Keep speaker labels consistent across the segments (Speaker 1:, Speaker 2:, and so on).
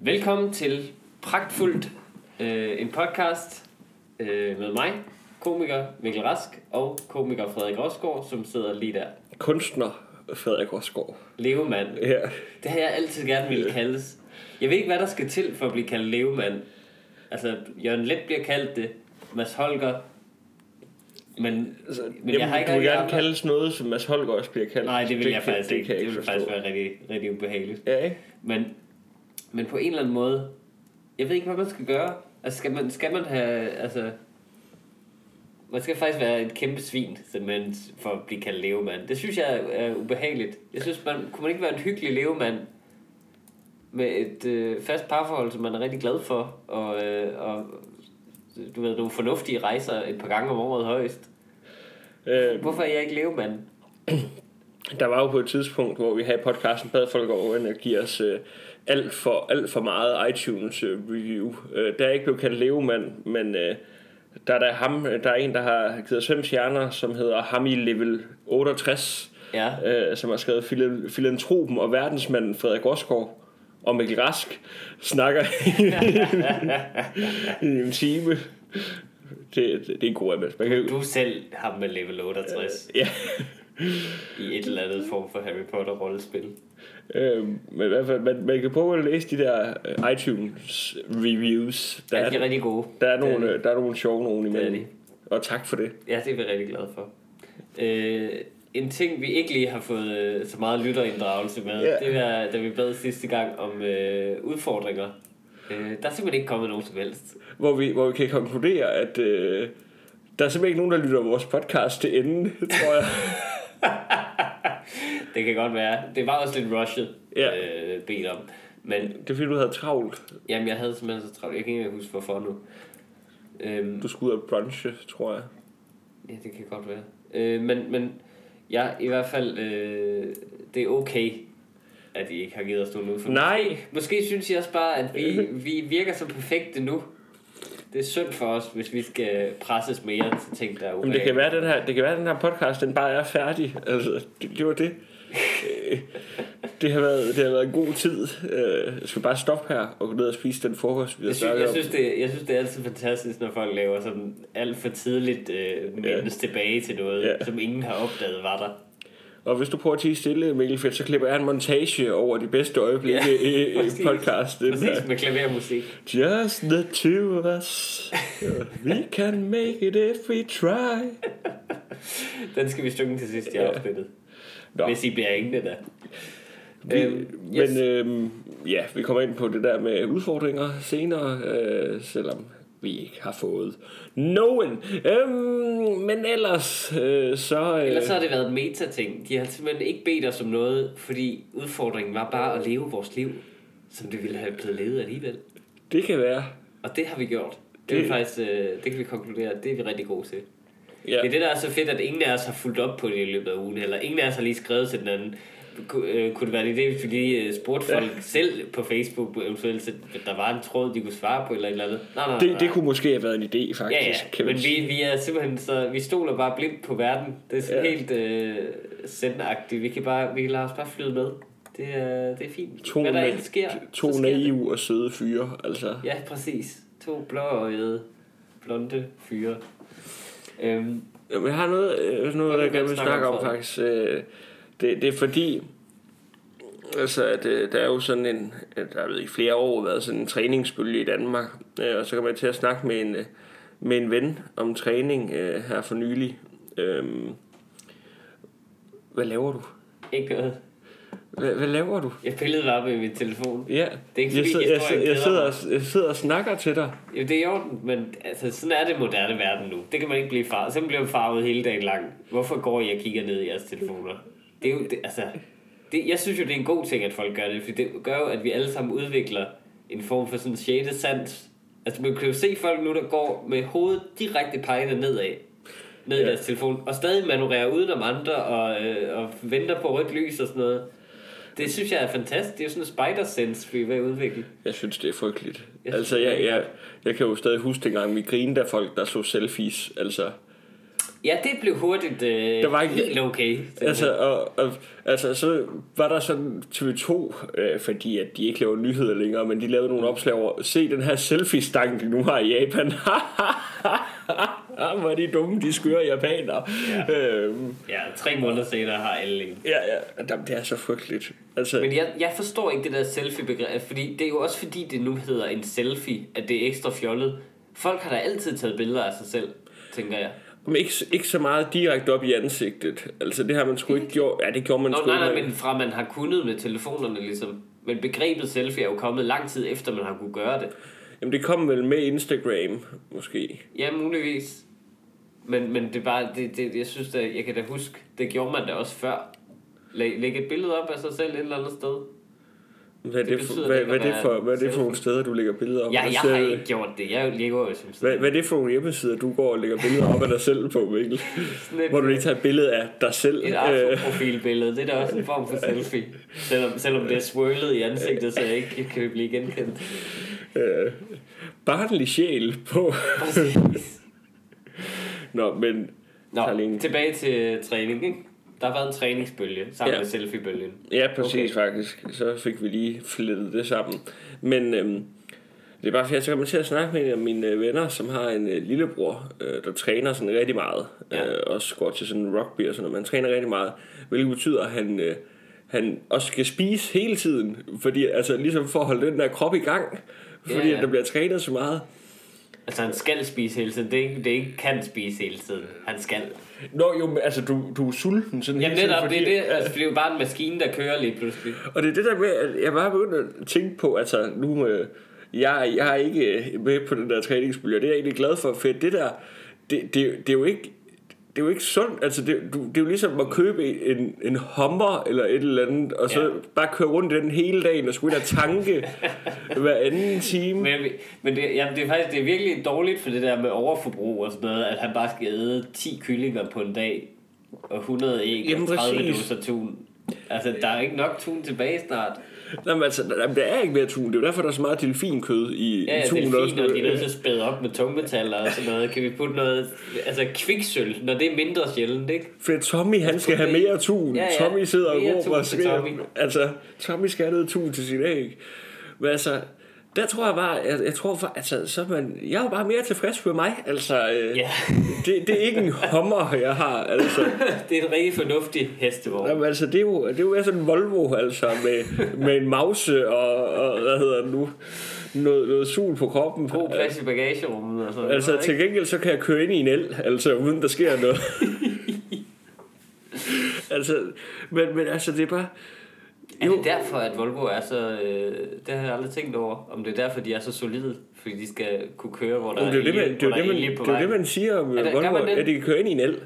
Speaker 1: Velkommen til Pragtfuldt, en podcast med mig, komiker Mikkel Rask, og komiker Frederik Rosgaard, som sidder lige der.
Speaker 2: Kunstner Frederik Rosgaard.
Speaker 1: Levemand.
Speaker 2: Ja.
Speaker 1: Det har jeg altid gerne ville kaldes. Jeg ved ikke, hvad der skal til for at blive kaldt levemand. Altså, Jørgen Let bliver kaldt det, Mads Holger. Men jeg har ikke
Speaker 2: du vil gerne kaldes noget, som Mads Holger også bliver kaldt.
Speaker 1: Nej, det vil jeg faktisk ikke. Det vil
Speaker 2: forstå.
Speaker 1: faktisk være rigtig, rigtig ubehageligt.
Speaker 2: Ja, ikke?
Speaker 1: Men på en eller anden måde, jeg ved ikke, hvad man skal gøre. Altså, skal man have, altså... Man skal faktisk være et kæmpe svin, simpelthen, for at blive kaldt levemand. Det synes jeg er ubehageligt. Jeg synes, kunne man ikke være en hyggelig levemand med et fast parforhold, som man er rigtig glad for, og du ved, nogle fornuftige rejser et par gange om året højst. Hvorfor er jeg ikke levemand?
Speaker 2: Der var jo på et tidspunkt, hvor vi havde podcasten, bad folk over at give os alt for meget iTunes review. Der er ikke blevet kaldt levemand, men der er en, der har givet os 5 stjerner, som hedder Hami Level 68, ja. Som har skrevet filantropen og verdensmanden Frederik Rosgaard og Mikkel Rask snakker i en time. Det er en god anmeldelse.
Speaker 1: Du selv har med level 68.
Speaker 2: Ja.
Speaker 1: I et eller andet form for Harry Potter rollespil.
Speaker 2: Men i hvert fald man kan prøve at læse de der iTunes reviews.
Speaker 1: De er rigtig gode.
Speaker 2: Der er nogle sjove nogen imellem. Og tak for det.
Speaker 1: Ja, det er vi rigtig glade for. En ting vi ikke lige har fået så meget lytterinddragelse med, det var da vi bad sidste gang om udfordringer. Der er simpelthen ikke kommet nogen som helst.
Speaker 2: Hvor vi kan konkludere at der er simpelthen ikke nogen der lytter vores podcast til enden, tror jeg.
Speaker 1: Det kan godt være. Det var også lidt rushet bedt om. Men
Speaker 2: det er fordi du havde travlt.
Speaker 1: Jamen jeg havde simpelthen så travlt. Jeg kan ikke huske hvorfor nu.
Speaker 2: Du skulle ud af brunche, tror jeg.
Speaker 1: Ja, det kan godt være. Men ja, i hvert fald det er okay at I ikke har givet os nogen ud for.
Speaker 2: Nej.
Speaker 1: Måske synes jeg også bare at vi virker så perfekte nu. Det er synd for os, hvis vi skal presses mere til ting, der er ubehagelige.
Speaker 2: Det kan være, at den her podcast, den bare er færdig. Altså, det var det. Det har været en god tid. Jeg skal bare stoppe her og gå ned og spise den frokost, vi har snakket om.
Speaker 1: Jeg synes, det er altid fantastisk, når folk laver sådan alt for tidligt mindes tilbage til noget, som ingen har opdaget var der.
Speaker 2: Og hvis du prøver at tige stille, Mikkel, så klipper jeg en montage over de bedste øjeblikke i podcasten.
Speaker 1: Præcis, med klavermusik.
Speaker 2: Just the two of us. We can make it if we try.
Speaker 1: Den skal vi synge til sidst i afsnittet. Hvis I bliver hængende da.
Speaker 2: Vi kommer ind på det der med udfordringer senere, selvom vi ikke har fået nogen. Men ellers så...
Speaker 1: Ellers har det været et meta-ting. De har simpelthen ikke bedt os om noget, fordi udfordringen var bare at leve vores liv, som det ville have blevet levet alligevel.
Speaker 2: Det kan være.
Speaker 1: Og det har vi gjort. Det kan vi konkludere, det er vi rigtig gode til.
Speaker 2: Ja.
Speaker 1: Det er det, der er så fedt, at ingen af os har fulgt op på det i løbet af ugen, eller ingen af os har lige skrevet til den anden. Kunne det være en idé, fordi spurgte folk selv på Facebook, eventuelt, at der var en tråd, de kunne svare på, eller et eller andet? Nej.
Speaker 2: Det kunne måske have været en idé, faktisk.
Speaker 1: Ja. Men vi er simpelthen så... Vi stoler bare blindt på verden. Det er sådan helt sendagtigt. Vi kan lade os bare flyde med. Det er fint. Hvad der ikke sker,
Speaker 2: to naive og søde fyre, altså.
Speaker 1: Ja, præcis. 2 blåøjede, blonde fyre.
Speaker 2: Jeg har noget jeg gerne vil snakke om, faktisk. Det er fordi, altså, at der er jo sådan en, der har i flere år været sådan en træningsbølge i Danmark, og så kommer jeg til at snakke med en ven om træning her for nylig. Hvad laver du?
Speaker 1: Ikke noget.
Speaker 2: Hvad laver du?
Speaker 1: Jeg pillede bare med min telefon.
Speaker 2: Ja.
Speaker 1: Det er ikke fordi,
Speaker 2: jeg sidder og snakker til dig.
Speaker 1: Jo, det er i orden, men altså, sådan er det moderne verden nu. Det kan man ikke blive farvet. Så bliver man farvet hele dagen lang. Hvorfor går I og kigger ned i jeres telefoner? Det er jo, jeg synes jo, det er en god ting, at folk gør det, for det gør jo, at vi alle sammen udvikler en form for sådan en sjette sans. Altså, man kan jo se folk nu, der går med hovedet direkte pegende nedad. Ned i deres telefon, og stadig manøvrerer udenom andre, og venter på rødt lys og sådan noget. Det synes jeg er fantastisk. Det er jo sådan en spider-sense, vi er ved at udvikle. Jeg
Speaker 2: synes, det er frygteligt. Jeg kan jo stadig huske dengang, vi grinede af folk, der så selfies. Altså,
Speaker 1: Ja, det blev hurtigt
Speaker 2: Der var ikke
Speaker 1: helt okay.
Speaker 2: Altså, så var der sådan TV2, fordi at de ikke laver nyheder længere, men de lavede nogle opslag over, se den her selfie-stang, de nu har i Japan. Hvor er de dumme, de skøre japanere.
Speaker 1: Ja, 3 måneder senere har alle en.
Speaker 2: Ja, det er så frygteligt. Altså,
Speaker 1: men jeg forstår ikke det der selfie-begreb, fordi det er jo også fordi, det nu hedder en selfie, at det er ekstra fjollet. Folk har da altid taget billeder af sig selv, tænker jeg.
Speaker 2: Men ikke så meget direkte op i ansigtet. Altså det har man sgu ikke gjort. Ja, det gjorde man sgu ikke.
Speaker 1: Nej, men fra man har kunnet med telefonerne ligesom. Men begrebet selfie er jo kommet lang tid efter, man har kunne gøre det.
Speaker 2: Jamen det kom vel med Instagram, måske.
Speaker 1: Ja, muligvis. Men det er bare, jeg synes da, jeg kan da huske, det gjorde man da også før. Lægge et billede op af sig selv et eller andet sted.
Speaker 2: Hvad er det for nogle steder, du lægger billeder op?
Speaker 1: Ja, jeg har ikke gjort det. Jeg lægger jo som sted.
Speaker 2: Hvad er det for nogle hjemmesider, du går og lægger billeder op af dig selv på, Mikkel? Hvor du ikke tager et billede af dig selv?
Speaker 1: Et profilbillede, det er da også en form for selfie. Selvom det er swirlet i ansigtet, så jeg ikke kan blive genkendt.
Speaker 2: Barnlig sjæl på. Nå,
Speaker 1: tilbage til træning, ikke? Der har været en træningsbølge sammen med selfiebølgen.
Speaker 2: Ja, præcis faktisk. Så fik vi lige flettet det sammen. Men det er bare fordi, jeg kommer til at snakke med en af mine venner, som har en lillebror, der træner sådan rigtig meget. Også går til sådan rugby og sådan noget. Man træner rigtig meget, hvilket betyder, at han også skal spise hele tiden. Fordi altså ligesom for at holde den der krop i gang. Fordi at der bliver trænet så meget.
Speaker 1: Altså han skal spise hele tiden. Det ikke kan spise hele tiden. Han skal.
Speaker 2: Nå jo, men altså du er sulten sådan hele
Speaker 1: tiden. Jamen det er jo bare en maskine, der kører lige pludselig.
Speaker 2: Og det er det der med, at jeg bare begyndt at tænke på, altså nu, jeg er ikke med på den der træningsbølge, og det er jeg egentlig glad for det der, det er jo ikke, det er jo ikke sundt. Altså det er jo ligesom at købe en Hummer eller et eller andet, og så bare køre rundt i den hele dagen og skulle ind og tanke hver anden time.
Speaker 1: Men det er virkelig dårligt for det der med overforbrug og sådan noget, at han bare skal æde 10 kyllinger på en dag og 100 æg og 30 dåser tun. Altså der er ikke nok tun tilbage snart.
Speaker 2: Jamen, altså, der er ikke mere tun. Det er jo derfor, der er så meget delfinkød i tun.
Speaker 1: Ja, delfiner, de er nødt til at spæde op med tungmetaller og sådan noget. Kan vi putte noget, altså kviksøl, når det er mindre sjældent, ikke?
Speaker 2: For Tommy, han skal have mere tun. Ja. Tommy sidder og råber og skriger. Altså, Tommy skal have noget tun til sit æg. Men altså, der tror jeg bare, jeg er jo bare mere tilfreds med mig. Altså, det er ikke en Hummer, jeg har. Altså.
Speaker 1: Det er en rigtig fornuftig hestevogn.
Speaker 2: Jamen, altså, det er jo sådan en Volvo, altså, med en mause og hvad hedder det nu? Noget sul på kroppen.
Speaker 1: God plads i bagagerummet og sådan.
Speaker 2: Altså noget, til gengæld så kan jeg køre ind i en el, altså uden der sker noget. Altså, men altså det er bare.
Speaker 1: Er det derfor, at Volvo er så... det har jeg aldrig tænkt over. Om det er derfor, de er så solide. Fordi de skal kunne køre, hvor der er elge på vej.
Speaker 2: Det er det, man siger om Volvo. At de kan køre ind i en el.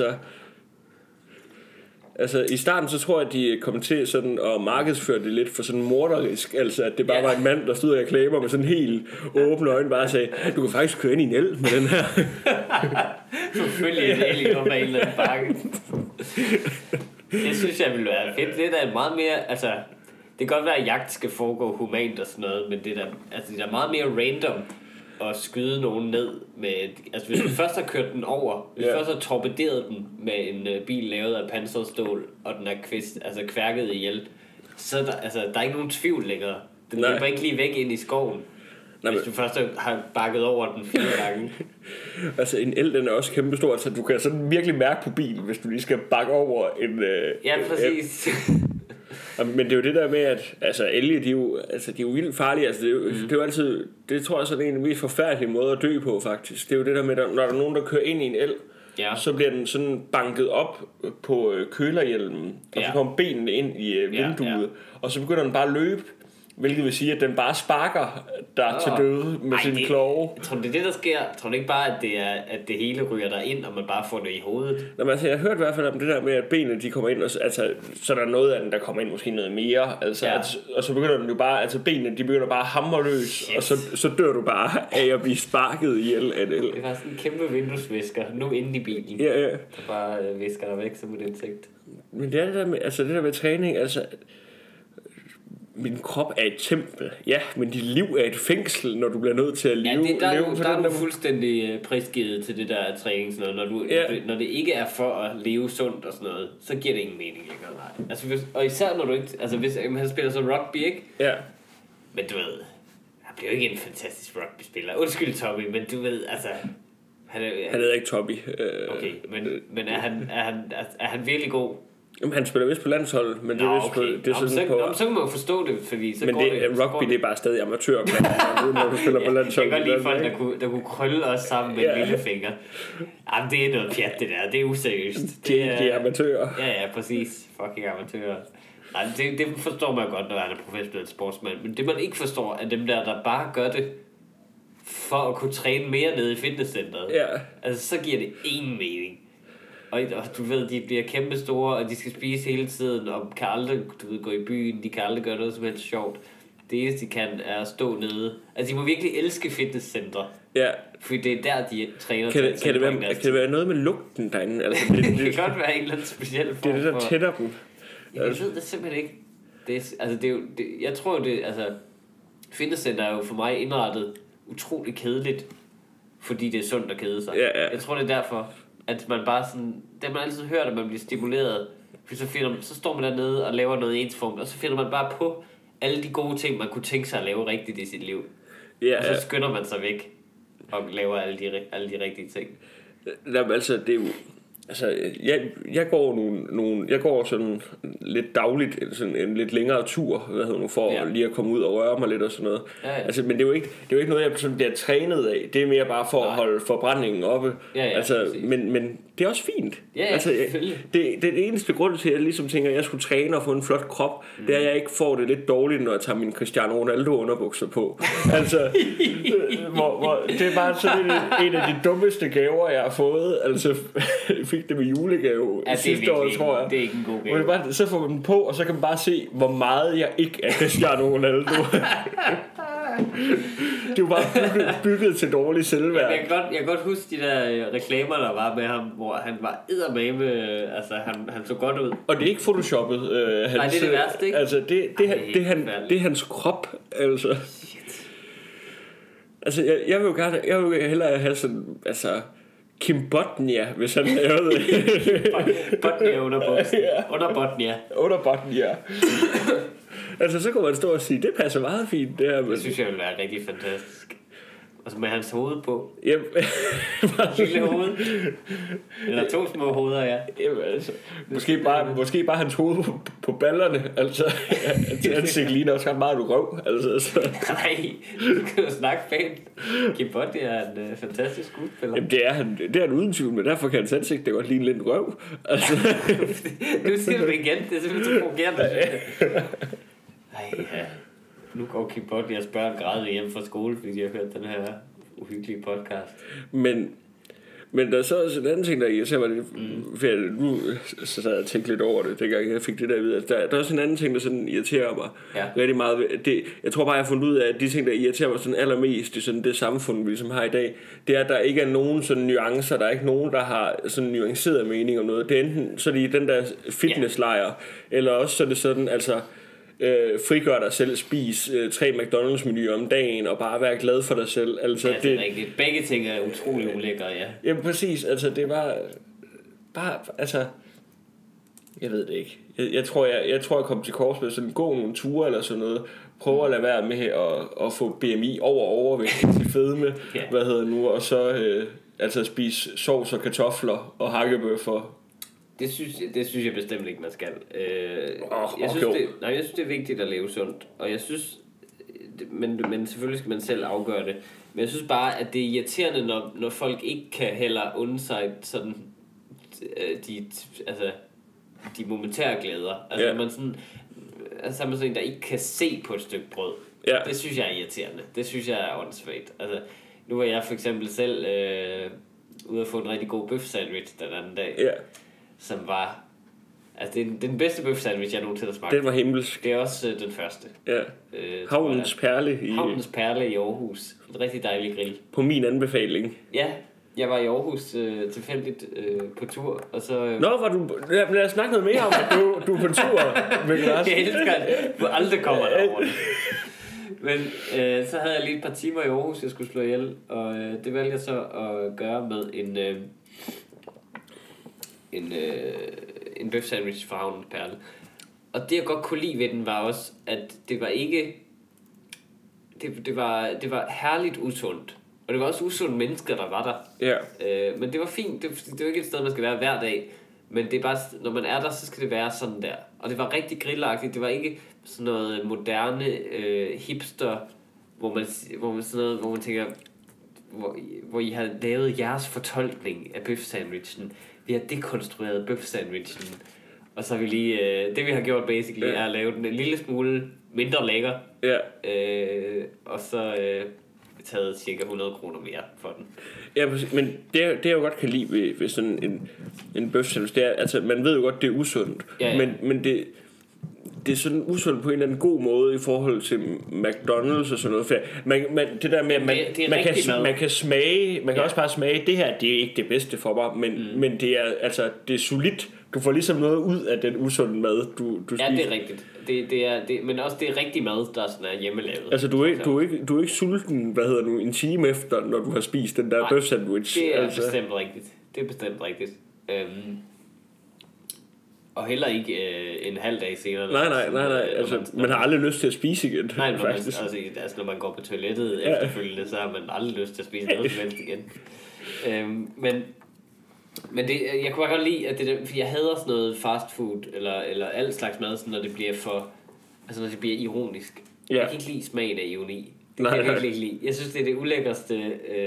Speaker 2: Altså i starten så tror jeg, at de kom til sådan at markedsføre det lidt for sådan morderisk. Altså at det bare var en mand, der stod og reklamer med sådan helt åbne øjne. Bare sagde, du kan faktisk køre ind i en el med den her.
Speaker 1: Selvfølgelig en el i en eller anden bakke. Det synes jeg ville være fedt. Det er meget mere, altså det kan godt være, at jagt skal foregå humant og sådan noget, men det er meget mere random at skyde nogen ned med, altså hvis du først har kørt den over, hvis du først har torpederet den med en bil lavet af panserstål, og den er kværket ihjel, så der er ikke nogen tvivl længere. Den løber ikke lige væk ind i skoven. Hvis du først har bakket over den 4 gange.
Speaker 2: Altså en el, den er også kæmpestor, altså du kan sådan virkelig mærke på bilen, hvis du lige skal bakke over en...
Speaker 1: ja, præcis.
Speaker 2: Men det er jo det der med, at altså elge, de er jo vildt farlige. Altså det er jo altid, det tror jeg så er en af de mest forfærdelige måder at dø på faktisk. Det er jo det der med, at når der er nogen, der kører ind i en el, så bliver den sådan banket op på kølerhjelmen, og så kommer benene ind i vinduet, og så begynder den bare at løbe. Hvilket vil sige, at den bare sparker der til døde med sin kloge.
Speaker 1: Tror du, det er det, der sker? Tror du ikke bare, at det hele ryger der ind, og man bare får det i hovedet?
Speaker 2: Nå, men altså, jeg har hørt i hvert fald om det der med, at benene de kommer ind, og, altså, så er der noget af den, der kommer ind, måske noget mere. Altså, og så begynder den jo bare, altså benene, de begynder bare at hamre løs, og så dør du bare af at blive sparket ihjel af det.
Speaker 1: Det var sådan en kæmpe vinduesvisker, nu inde i bilen.
Speaker 2: Ja.
Speaker 1: Der bare visker der væk som et insekt.
Speaker 2: Men det er det der med, altså det der med træning, altså... min krop er et tempel. Ja, men dit liv er et fængsel, når du bliver nødt til at leve.
Speaker 1: Ja, der er du fuldstændig prisgivet til det der træning. Sådan noget. Når det ikke er for at leve sundt og sådan noget, så giver det ingen mening længere. Nej. Altså, og især når du ikke... Altså, hvis han spiller så rugby, ikke?
Speaker 2: Ja.
Speaker 1: Men du ved... Han bliver jo ikke en fantastisk rugby-spiller. Undskyld, Tommy, men du ved, altså... Han
Speaker 2: hedder ikke Tommy.
Speaker 1: Okay, men er han virkelig god?
Speaker 2: Jamen, han spiller vist på landsholdet, men det er vist
Speaker 1: okay.
Speaker 2: det er sådan på...
Speaker 1: Så kan man jo forstå det, fordi så
Speaker 2: men
Speaker 1: går
Speaker 2: det, rugby, det er bare stadig amatør, når du spiller på landsholdet.
Speaker 1: Jeg kan godt lide folk, der kunne krølle os sammen med en lillefinger. Jamen, det er noget pjat, det der. Det er useriøst.
Speaker 2: De er amatører.
Speaker 1: Ja, præcis. Fucking amatører. Nej, det forstår man godt, når han er professionel sportsmand. Men det, man ikke forstår, er dem der bare gør det for at kunne træne mere nede i fitnesscenteret.
Speaker 2: Ja.
Speaker 1: Altså, så giver det ingen mening. Og du ved, de bliver kæmpe store, og de skal spise hele tiden, og kan aldrig gå i byen, de kan aldrig gøre noget som helst sjovt. Det eneste, de kan, er at stå nede. Altså, de må virkelig elske fitnesscentre.
Speaker 2: Ja.
Speaker 1: Fordi det er der, de træner
Speaker 2: kan det være noget med lugten derinde? Altså,
Speaker 1: det kan godt være en eller anden speciel form.
Speaker 2: Det er det, der tænder dem.
Speaker 1: Jeg ved det simpelthen ikke. Jeg tror det, altså, fitnesscenter er jo for mig indrettet utrolig kedeligt, fordi det er sundt at kede sig.
Speaker 2: Ja.
Speaker 1: Jeg tror, det er derfor, at man bare sådan, det man altid hørt, at man bliver stimuleret, så står man dernede og laver noget ensformt, og så finder man bare på alle de gode ting, man kunne tænke sig at lave rigtigt i sit liv. Ja, og så skynder man sig væk og laver alle de rigtige ting.
Speaker 2: Jamen, altså, det er jo... Altså, jeg går sådan lidt dagligt, sådan en lidt længere tur, for lige at komme ud og røre mig lidt og sådan noget. Ja. Altså, men det er jo ikke noget, jeg sådan bliver trænet af. Det er mere bare for at holde forbrændingen oppe. Ja, altså, men det er også fint.
Speaker 1: Ja,
Speaker 2: altså, det eneste grund til, at jeg ligesom tænker, at jeg skulle træne og få en flot krop, det er, at jeg ikke får det lidt dårligt, når jeg tager min Cristiano Ronaldo underbukser på. Altså, det er bare sådan en af de dummeste gaver, jeg har fået. Altså, fik det med julegave sidste år, tror jeg.
Speaker 1: Det er ikke en god gave.
Speaker 2: Så får man den på, og så kan man bare se, hvor meget jeg ikke er Cristiano Ronaldo. Det er jo bare bygget til dårlig selvværd.
Speaker 1: Jeg kan godt huske de der reklamer, der var med ham, hvor han var eddermame, altså han så godt ud.
Speaker 2: Og det er ikke photoshoppet.
Speaker 1: Nej, det er det værste, ikke?
Speaker 2: Altså, det er hans krop, altså. Shit. Altså, jeg vil jo hellere have sådan, altså... Kim Botnia, hvis han lavede det.
Speaker 1: Botnia under buksen. Under Botnia.
Speaker 2: Altså, så kunne man stå og sige, det passer meget fint.
Speaker 1: Det synes jeg ville være rigtig fantastisk. Og så med hans hoved på.
Speaker 2: Jamen.
Speaker 1: Lille hoved. Eller 2 små hoveder, ja.
Speaker 2: Jamen, altså. Måske bare hans hoved på ballerne. Altså, ansigt ligner også ret meget du røv. Altså, så.
Speaker 1: Nej, du kan jo snakke pænt. Kim Bondi er en fantastisk skuespiller.
Speaker 2: Jamen, det er han uden tvivl, men derfor kan hans ansigt det godt ligne lidt røv. Altså.
Speaker 1: Nu siger du det igen. Det er simpelthen så provokerende. Nej, ja. Nu går Kim Bondi og børn græde hjem fra skole, fordi de har hørt den her uhyggelige podcast.
Speaker 2: Men der er så også en anden ting, der irriterer mig lidt. Nu så sad jeg og tænkte lidt over det, dengang jeg fik det der videre. Der er også en anden ting, der sådan irriterer mig rigtig meget. Jeg tror bare, jeg har fundet ud af, at de ting, der irriterer mig sådan allermest i sådan det samfund, vi ligesom har i dag, det er, at der ikke er nogen sådan nuancer. Der er ikke nogen, der har sådan nuanceret mening om noget. Det er enten så det den der fitnesslejr, eller også så er det sådan, altså... frigør dig selv, spis 3 McDonald's-menuer om dagen og bare være glad for dig selv. Altså,
Speaker 1: ja, det er rigtigt. Begge ting er utrolig ulækre, ja.
Speaker 2: Jamen præcis, altså det var bare altså jeg ved det ikke. Jeg tror jeg kommer til kors med sådan gå nogle ture eller sådan noget. Prøve at lade være med at få BMI overvægt til fedme. Og så altså spise sovs og kartofler og hakkebøffer.
Speaker 1: Det synes jeg bestemt ikke, man skal. Jeg synes, det er vigtigt at leve sundt. Og jeg synes, men selvfølgelig skal man selv afgøre det. Men jeg synes bare, at det er irriterende, når folk ikke kan heller unde sig sådan, de momentære glæder. Altså, man sådan, altså man sådan en, der ikke kan se på et stykke brød. Ja. Det synes jeg er irriterende. Det synes jeg er åndssvagt. Altså, nu var jeg for eksempel selv ude at få en rigtig god bøf sandwich den anden dag. Ja. Som var... Altså, det er den bedste bøf sandwich, jeg nogensinde har smagt.
Speaker 2: Den var himmelsk.
Speaker 1: Det er også den første.
Speaker 2: Ja. Havnens Perle
Speaker 1: i Aarhus. En rigtig dejlig grill.
Speaker 2: På min anbefaling.
Speaker 1: Ja. Jeg var i Aarhus tilfældigt på tur, og så...
Speaker 2: Nå, var du... Lad os snakke noget mere om, at du er på tur, Lars.
Speaker 1: Jeg elsker det. Du aldrig kommer derover. Men så havde jeg lige et par timer i Aarhus, jeg skulle slå ihjel, og det valgte jeg så at gøre med en bøf sandwich fra Havnens Perle. Og det jeg godt kunne lide ved den var også, at det var ikke... Det var herligt usundt. Og det var også usunde mennesker, der var der.
Speaker 2: Ja.
Speaker 1: Men det var fint. Det var ikke et sted, man skal være hver dag. Men det er bare, når man er der, så skal det være sådan der. Og det var rigtig grillagtigt. Det var ikke sådan noget moderne hipster, hvor man tænker, hvor I har lavet jeres fortolkning af bøfsandwichen. Vi har dekonstrueret bøfsandwichen. Og så har vi lige... det vi har gjort basically er at lave den en lille smule mindre lækker.
Speaker 2: Ja.
Speaker 1: Og så taget cirka 100 kroner mere for den.
Speaker 2: Ja, men det jeg jo godt kan lide ved sådan en bøfsandwich, det er, altså man ved jo godt, det er usundt.
Speaker 1: Ja.
Speaker 2: Men det er sådan usundt på en eller anden god måde i forhold til McDonald's og sådan noget. For det der med, at man kan smage, man kan også bare smage, det her, det er ikke det bedste for mig, men det er, altså, det er solidt. Du får ligesom noget ud af den usunde mad, du spiser.
Speaker 1: Ja, det er rigtigt. Men også det er rigtig mad, der sådan er hjemmelavet.
Speaker 2: Altså, du er ikke sulten, en time efter, når du har spist den der bøf sandwich.
Speaker 1: Det er
Speaker 2: altså.
Speaker 1: bestemt rigtigt. Og heller ikke en halv dag senere.
Speaker 2: Nej. Altså, man har aldrig lyst til at spise igen.
Speaker 1: Nej, faktisk. Altså, når man går på toilettet efterfølgende, så har man aldrig lyst til at spise noget som helst igen. Men det, jeg kunne bare godt lide, at det, for jeg hader sådan noget fast food, eller alt slags mad, sådan, når det bliver når det bliver ironisk. Jeg kan ikke lide smagen af ironi. Det kan jeg virkelig ikke lide. Jeg synes, det er det ulækkerste,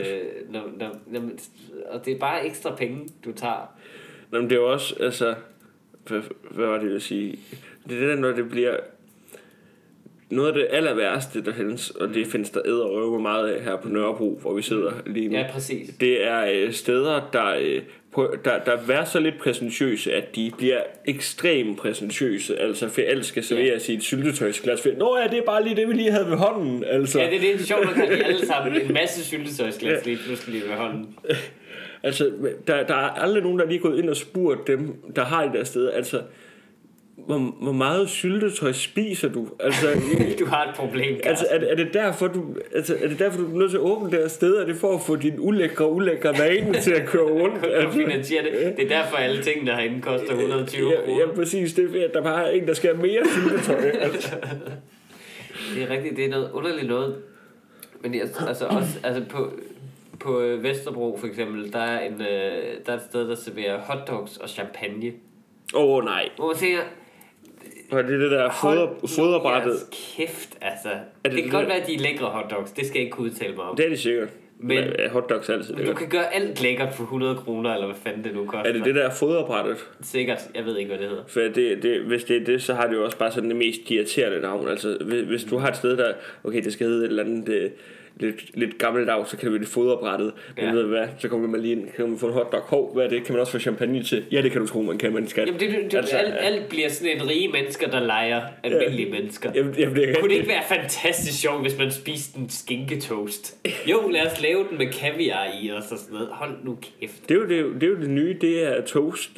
Speaker 1: og det er bare ekstra penge, du tager.
Speaker 2: Nå, men det er jo også, altså, hvad var det, jeg vil sige? Det er det der, når det bliver noget af det aller værste, der findes, og det findes der edderøve meget af her på Nørrebro, hvor vi sidder lige nu.
Speaker 1: Ja, præcis.
Speaker 2: Det er steder, der er så lidt præsentøse, at de bliver ekstremt præsentøse. Altså, for alt skal serveres i et syltetøjsglas. Nå ja, det er bare lige det, vi lige havde ved hånden. Altså.
Speaker 1: Ja, det er sjovt, at kan de alle sammen en masse syltetøjsglas lige pludselig ved hånden.
Speaker 2: Altså, der er aldrig nogen, der lige er gået ind og spurgt dem, der har det der sted. Altså, hvor meget syltetøj spiser du? Altså,
Speaker 1: du har et problem,
Speaker 2: altså, er det derfor, du er nødt til at åbne det her sted? Er det for at få din ulækre vane til at køre rundt?
Speaker 1: Altså, finansiere det. Det er derfor, alle tingene herinde koster 120 kroner.
Speaker 2: Ja, præcis. Det er fordi, at der bare er en, der skal have mere syltetøj. Altså.
Speaker 1: Det er rigtigt. Det er noget underligt noget. Men det er, altså på Vesterbro for eksempel, der er et sted, der serverer hotdogs og champagne.
Speaker 2: Nej.
Speaker 1: Hvor man tænker,
Speaker 2: og det er det der foderbrættet.
Speaker 1: Kæft, altså. Det kan godt være, at de er lækre hotdogs. Det skal jeg ikke kunne udtale mig om.
Speaker 2: Det er det sikkert.
Speaker 1: Men
Speaker 2: hotdogs altid
Speaker 1: du kan gøre alt lækkert for 100 kroner, eller hvad fanden det nu koster.
Speaker 2: Er det det der foderbrættet?
Speaker 1: Sikkert. Jeg ved ikke, hvad det hedder.
Speaker 2: For hvis det er det, så har det jo også bare sådan det mest irriterende navn. Altså, hvis du har et sted, der... Okay, det skal hedde et eller andet... lidt gammeldags, så kan det være det foderbrættet. Men ved du hvad, så kommer man lige ind, kan man få en hotdog. Hvad er det? Kan man også få champagne til? Ja, det kan du tro, man kan, man skal.
Speaker 1: Jamen, alt bliver sådan et rige mennesker, der leger almindelige mennesker. Jamen, kunne det ikke være fantastisk sjovt, hvis man spiste en skinketoast? Jo, lad os lave den med kaviar i og sådan noget. Hold nu kæft.
Speaker 2: Det er jo det nye, det er toast,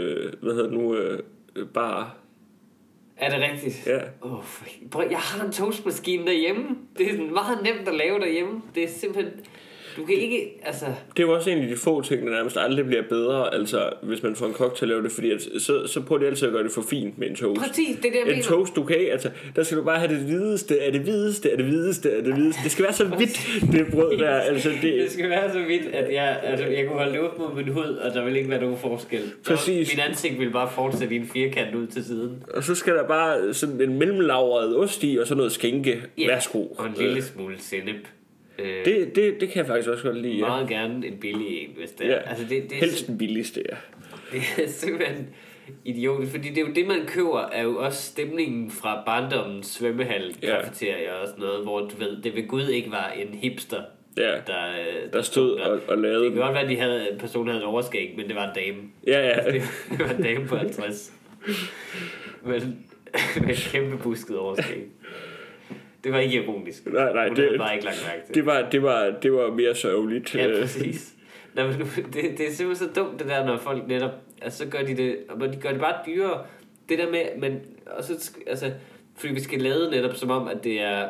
Speaker 2: bare...
Speaker 1: Er det rigtigt?
Speaker 2: Ja.
Speaker 1: Jeg har en toastmaskine derhjemme. Det er sådan meget nemt at lave derhjemme. Det er simpelthen... Du kan ikke, altså... Det
Speaker 2: er jo også en af de få ting, der nærmest aldrig bliver bedre, altså hvis man får en kok til at lave det, fordi så prøver de altid at gøre det for fint med en toast.
Speaker 1: Præcis, det er det, jeg mener.
Speaker 2: En toast, du kan ikke, altså, der skal du bare have det hvideste af det hvideste af det hvideste af det hvideste. Det skal være så hvidt, det brød der, altså
Speaker 1: det skal være så hvidt, at jeg kunne holde det op mod min hud, og der vil ikke være nogen forskel.
Speaker 2: Præcis.
Speaker 1: Min ansigt vil bare fortsætte i en firkant ud til siden.
Speaker 2: Og så skal der bare sådan en mellemlagret ost i, og så noget skinke. Værsgo.
Speaker 1: Og en lille smule sennep.
Speaker 2: Det kan jeg faktisk også godt lide.
Speaker 1: Meget gerne en billig en, hvis det er.
Speaker 2: Ja, altså det helst den billigste, ja.
Speaker 1: Det er simpelthen idiotisk, fordi det er jo det, man køber, er jo også stemningen fra barndommens svømmehal, kafeterier og sådan noget, hvor du ved, det ved Gud ikke var en hipster,
Speaker 2: der stod og lavede.
Speaker 1: Det kan godt være, at personen havde en overskæg, men det var en dame.
Speaker 2: Ja.
Speaker 1: Det var en dame på 50. Men med et kæmpe busket overskæg. Det var ikke ironisk.
Speaker 2: Nej,
Speaker 1: det var bare ikke lagt mærke til.
Speaker 2: Det var mere sørgeligt.
Speaker 1: Ja, præcis. Nej, men det er simpelthen så dumt det der, når folk netop, altså så gør de det, og de gør det bare dyrere. Det der med, men også, altså, fordi vi skal lade netop som om, at det er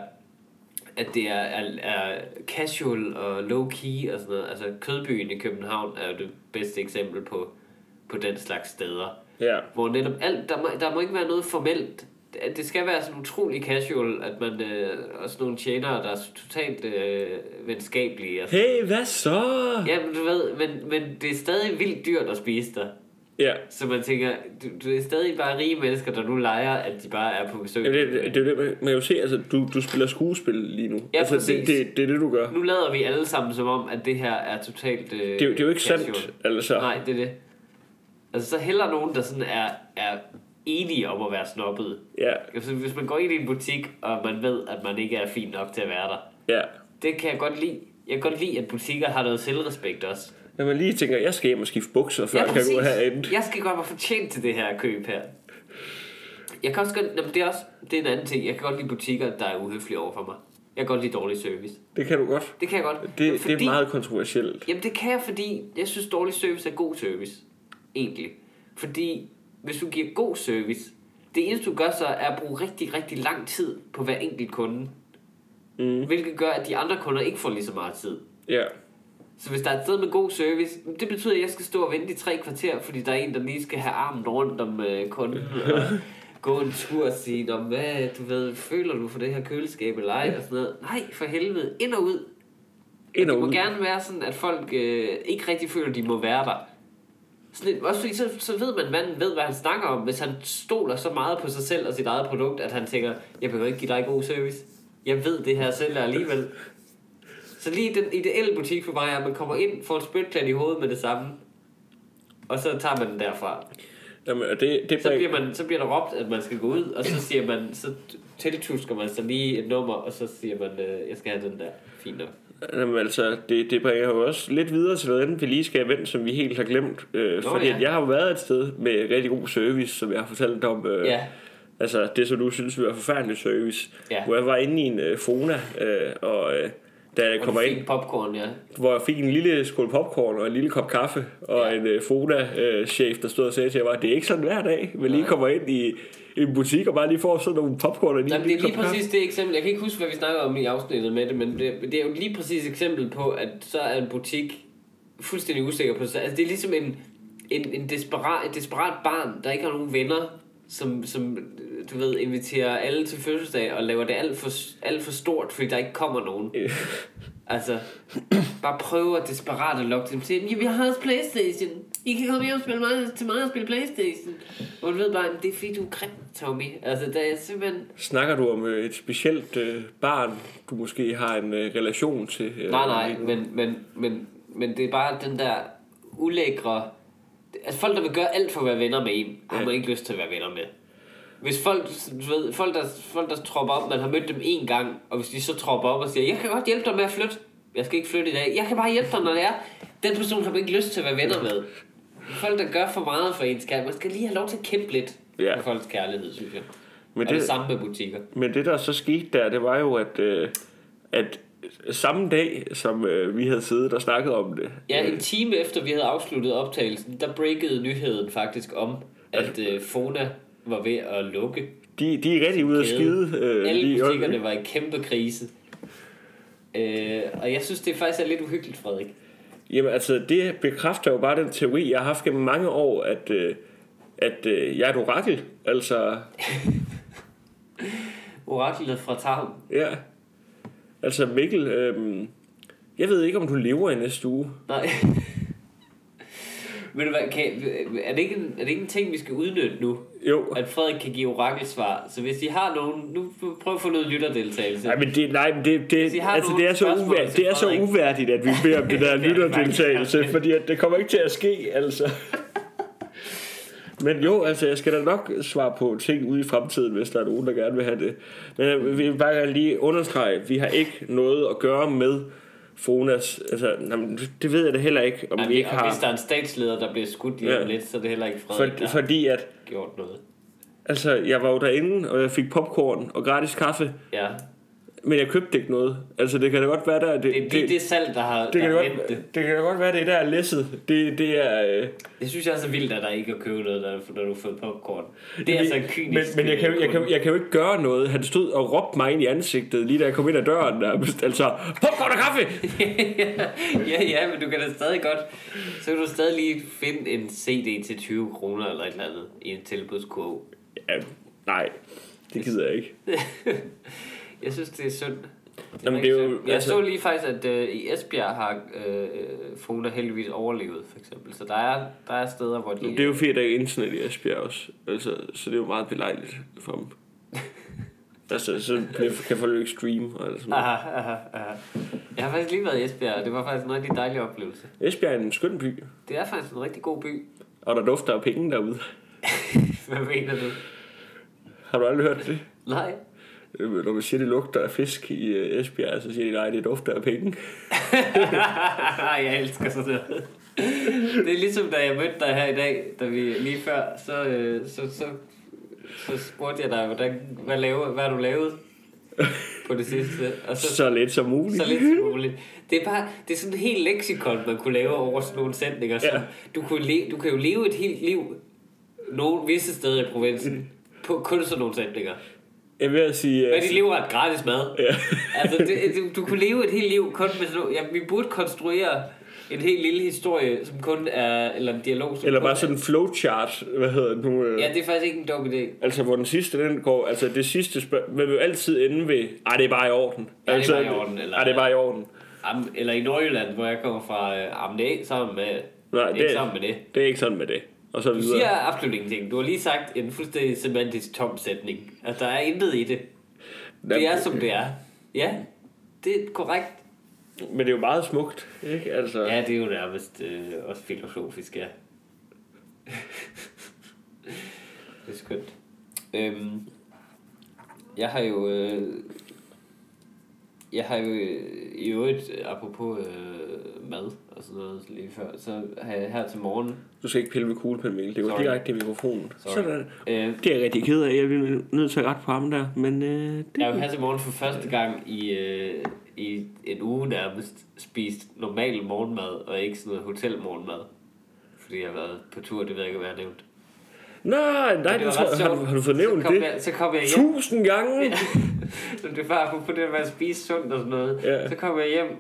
Speaker 1: casual og low key og sådan noget. Altså Kødbyen i København er jo det bedste eksempel på den slags steder.
Speaker 2: Ja.
Speaker 1: Hvor netop alt, der må ikke være noget formelt. Det skal være sådan utrolig casual, at man også nogle tjenere, der er totalt venskabelige. Og
Speaker 2: hey, hvad så?
Speaker 1: Ja, men du ved, men det er stadig vildt dyrt at spise der.
Speaker 2: Ja.
Speaker 1: Så man tænker, du er stadig bare rige mennesker, der nu leger, at de bare er på besøg.
Speaker 2: Ja, det er det, man kan jo se, altså, du spiller skuespil lige nu.
Speaker 1: Ja,
Speaker 2: altså, det er det, du gør.
Speaker 1: Nu lader vi alle sammen som om, at det her er totalt
Speaker 2: det er jo ikke casual. Sandt, altså.
Speaker 1: Nej, det er det. Altså, så heller nogen, der sådan er enige om at være snobbet.
Speaker 2: Ja.
Speaker 1: Altså, hvis man går ind i en butik, og man ved, at man ikke er fin nok til at være der.
Speaker 2: Ja.
Speaker 1: Det kan jeg godt lide. Jeg kan godt lide, at butikker har noget selvrespekt også.
Speaker 2: Når man lige tænker, jeg skal hjem og skifte bukser, før jeg kan gå herinde.
Speaker 1: Jeg skal godt være fortjent til det her køb her. Jeg kan også godt, det er en anden ting. Jeg kan godt lide butikker, der er uhøflige over for mig. Jeg kan godt lide dårlig service.
Speaker 2: Det kan du godt.
Speaker 1: Det kan jeg godt.
Speaker 2: Det er meget kontroversielt.
Speaker 1: Jamen det kan jeg, fordi jeg synes dårlig service er god service. Egentlig. Fordi hvis du giver god service, det eneste du gør så er at bruge rigtig, rigtig lang tid på hver enkelt kunde. Hvilket gør, at de andre kunder ikke får lige så meget tid.
Speaker 2: Ja.
Speaker 1: Så hvis der er et sted med god service, det betyder, at jeg skal stå og vente i 3 kvarter, fordi der er en, der lige skal have armen rundt om kunden og gå en tur og sige, hvad, du ved, føler du for det her køleskab eller ej, og sådan noget. Nej, for helvede, ind og ud. Det må gerne være sådan, at folk ikke rigtig føler, at de må være der. Sådan, også fordi så ved man, manden ved, hvad han snakker om, hvis han stoler så meget på sig selv og sit eget produkt, at han tænker, jeg behøver ikke give dig god service. Jeg ved det her selv alligevel. Så lige den ideelle butik for mig er, at man kommer ind, får en spytklat i hovedet med det samme, og så tager man den derfra.
Speaker 2: Jamen,
Speaker 1: så bliver der råbt, at man skal gå ud, og så siger man, så tiltusker man så lige et nummer, og så siger man, jeg skal have den der. Fint nok.
Speaker 2: Jamen altså, det bringer jo også lidt videre til noget andet, vi lige skal have vendt, som vi helt har glemt. Fordi jeg har jo været et sted med rigtig god service, som jeg har fortalt om. Altså det, som du synes var forfærdelig service. Hvor jeg var inde i en Fona, da jeg kommer ind,
Speaker 1: popcorn,
Speaker 2: hvor jeg fik en lille skål popcorn og en lille kop kaffe, og en Fona-chef, der stod og sagde til mig, det er ikke sådan hver dag, men lige kommer ind i en butik og bare lige får sådan nogle popcorn og lige.
Speaker 1: Jamen, det er lige præcis det eksempel. Jeg kan ikke huske, hvad vi snakker om i afsnittet med det, men det er jo lige præcis et eksempel på, at så er en butik fuldstændig usikker på sig. Altså det er ligesom et desperat barn, der ikke har nogen venner, som du ved, inviterer alle til fødselsdag og laver det alt for stort, fordi der ikke kommer nogen. Altså, bare prøver desperat at lokke dem til. Vi har også PlayStation. I kan komme hjem og spille til mig og spille PlayStation. Og du ved bare, det er fordi du er grim, Tommy. Altså, der er simpelthen...
Speaker 2: Snakker du om et specielt barn, du måske har en relation til?
Speaker 1: Nej, men det er bare den der ulækre... Altså folk, der vil gøre alt for at være venner med en, har man ikke lyst til at være venner med. Hvis folk der tropper op, man har mødt dem en gang, og hvis de så tropper op og siger, jeg kan godt hjælpe dig med at flytte. Jeg skal ikke flytte i dag. Jeg kan bare hjælpe dig, når det er. Den person har man ikke lyst til at være venner med. Folk, der gør for meget for ens kærlighed. Man skal lige have lov til at kæmpe lidt for folks kærlighed, synes jeg. Men det samme med butikker.
Speaker 2: Men det, der så skete der, det var jo, at samme dag, som vi havde siddet og snakket om det.
Speaker 1: Ja, en time efter vi havde afsluttet optagelsen, der breakede nyheden faktisk om, at Fona var ved at lukke.
Speaker 2: De er rigtig ude at skide.
Speaker 1: Alle butikkerne var i kæmpe krise. Og jeg synes, det faktisk er lidt uhyggeligt, Frederik.
Speaker 2: Jamen altså, det bekræfter jo bare den teori, jeg har haft gennem mange år, at jeg er et orakel. Altså...
Speaker 1: Oraklet fra Tarm.
Speaker 2: Ja. Altså Mikkel, jeg ved ikke, om du lever i næste uge.
Speaker 1: Nej. Men er det ikke en ting, vi skal udnytte nu?
Speaker 2: Jo.
Speaker 1: At Frederik kan give orakelsvar. Så hvis I har nogen... Nu prøv at få noget lytterdeltagelse.
Speaker 2: Nej, men det er så uværdigt, at vi beder om det der lytterdeltagelse, fordi at det kommer ikke til at ske, altså. Men jo, altså jeg skal da nok svare på ting ude i fremtiden, hvis der er nogen, der gerne vil have det. Men vi vil bare lige understrege, vi har ikke noget at gøre med Fonas, altså det ved jeg da heller ikke, om vi ikke har.
Speaker 1: Hvis der er en statsleder, der bliver skudt lige lidt, så er det heller ikke Frederik, der
Speaker 2: fordi at
Speaker 1: gjort noget.
Speaker 2: Altså jeg var jo derinde, og jeg fik popcorn og gratis kaffe.
Speaker 1: Ja.
Speaker 2: Men jeg købte ikke noget. Altså det kan da godt være der.
Speaker 1: Det salg, der har
Speaker 2: det kan da godt være det der er læsset. Det er.
Speaker 1: Det synes jeg også er vildt, at der ikke er købe noget, når du har fået popcorn. Det er altså kynisk.
Speaker 2: Men jeg kan jo ikke gøre noget. Han stod og råbte mig ind i ansigtet lige da jeg kom ind ad døren der. Altså popcorn og kaffe.
Speaker 1: ja, men du kan da stadig godt. Så kan du stadig lige finde en CD til 20 kroner eller et eller andet i en tilbudskurve.
Speaker 2: Ja, nej. Det gider jeg ikke.
Speaker 1: Jeg synes, det er synd.
Speaker 2: Jamen, det er jo,
Speaker 1: jeg så lige faktisk, at i Esbjerg har Fona heldigvis overlevet, for eksempel. Så der er steder, hvor de...
Speaker 2: Det er jo 4 dage internet i Esbjerg også. Altså, så det er jo meget belejligt for dem. Altså, så kan folk jo ikke streame og sådan noget.
Speaker 1: Aha. Jeg har faktisk lige været i Esbjerg, og det var faktisk en rigtig dejlig oplevelse.
Speaker 2: Esbjerg er en skøn by.
Speaker 1: Det er faktisk en rigtig god by.
Speaker 2: Og der dufter af penge derude.
Speaker 1: Hvad mener du?
Speaker 2: Har du aldrig hørt det?
Speaker 1: Nej.
Speaker 2: Når man siger, det lugter af fisk i Esbjerg, så siger de, nej, det dufter af penge.
Speaker 1: Jeg elsker sådan noget. Det er ligesom, da jeg mødte dig her i dag, da vi lige før, så spurgte jeg dig, hvad du lavede på det sidste. Og
Speaker 2: så lidt som muligt.
Speaker 1: Så lidt som muligt. Det er sådan et helt leksikon, man kunne lave over sådan nogle sætninger. Ja. Du kan jo leve et helt liv nogle visse steder i provinsen på kun sådan nogle sætninger.
Speaker 2: Jeg vil sige...
Speaker 1: Men de lever et gratis mad. Ja. Altså, du kunne leve et helt liv kun med sådan noget. Ja, vi burde konstruere en helt lille historie, som kun er... Eller en dialog, som
Speaker 2: eller bare sådan en flowchart, hvad hedder det nu?
Speaker 1: Ja, det er faktisk ikke en dum idé.
Speaker 2: Altså, hvor den sidste, den går... Altså, det sidste man vil jo altid ende ved... det er bare i orden.
Speaker 1: Ja,
Speaker 2: altså,
Speaker 1: det er bare i orden. Eller,
Speaker 2: det er bare i orden.
Speaker 1: Eller i Nordjylland, hvor jeg kommer fra... det er ikke sammen med...
Speaker 2: Nej, det er ikke sammen med det. Det er ikke sådan med det. Og så
Speaker 1: du
Speaker 2: videre.
Speaker 1: Siger absolut ingenting. Du har lige sagt en fuldstændig semantisk tom sætning. Altså, der er intet i det. Det er, som det er. Ja, det er korrekt.
Speaker 2: Men det er jo meget smukt, ikke? Altså...
Speaker 1: Ja, det er jo nærmest også filosofisk, ja. Det er skønt. Jeg har jo i øvrigt, apropos mad og sådan noget lige før, så har jeg her til morgen...
Speaker 2: Du skal ikke pille med kuglepen, Mikkel. Det var direkte i mikrofonen. Sådan. Det er jeg rigtig ked af. Jeg bliver nødt til at rette på ham der. Men,
Speaker 1: jeg har jo her til morgen for første gang i en uge nærmest spist normal morgenmad, og ikke sådan noget hotelmorgenmad. Fordi jeg har været på tur, det ved jeg ikke, hvad jeg har nævnt.
Speaker 2: Nej, det tror, har du fået nævnt det?
Speaker 1: Så kom jeg hjem.
Speaker 2: 1000 gange!
Speaker 1: Ja. Så det var på det med at spise sundt og sådan noget. Ja. Så kom jeg hjem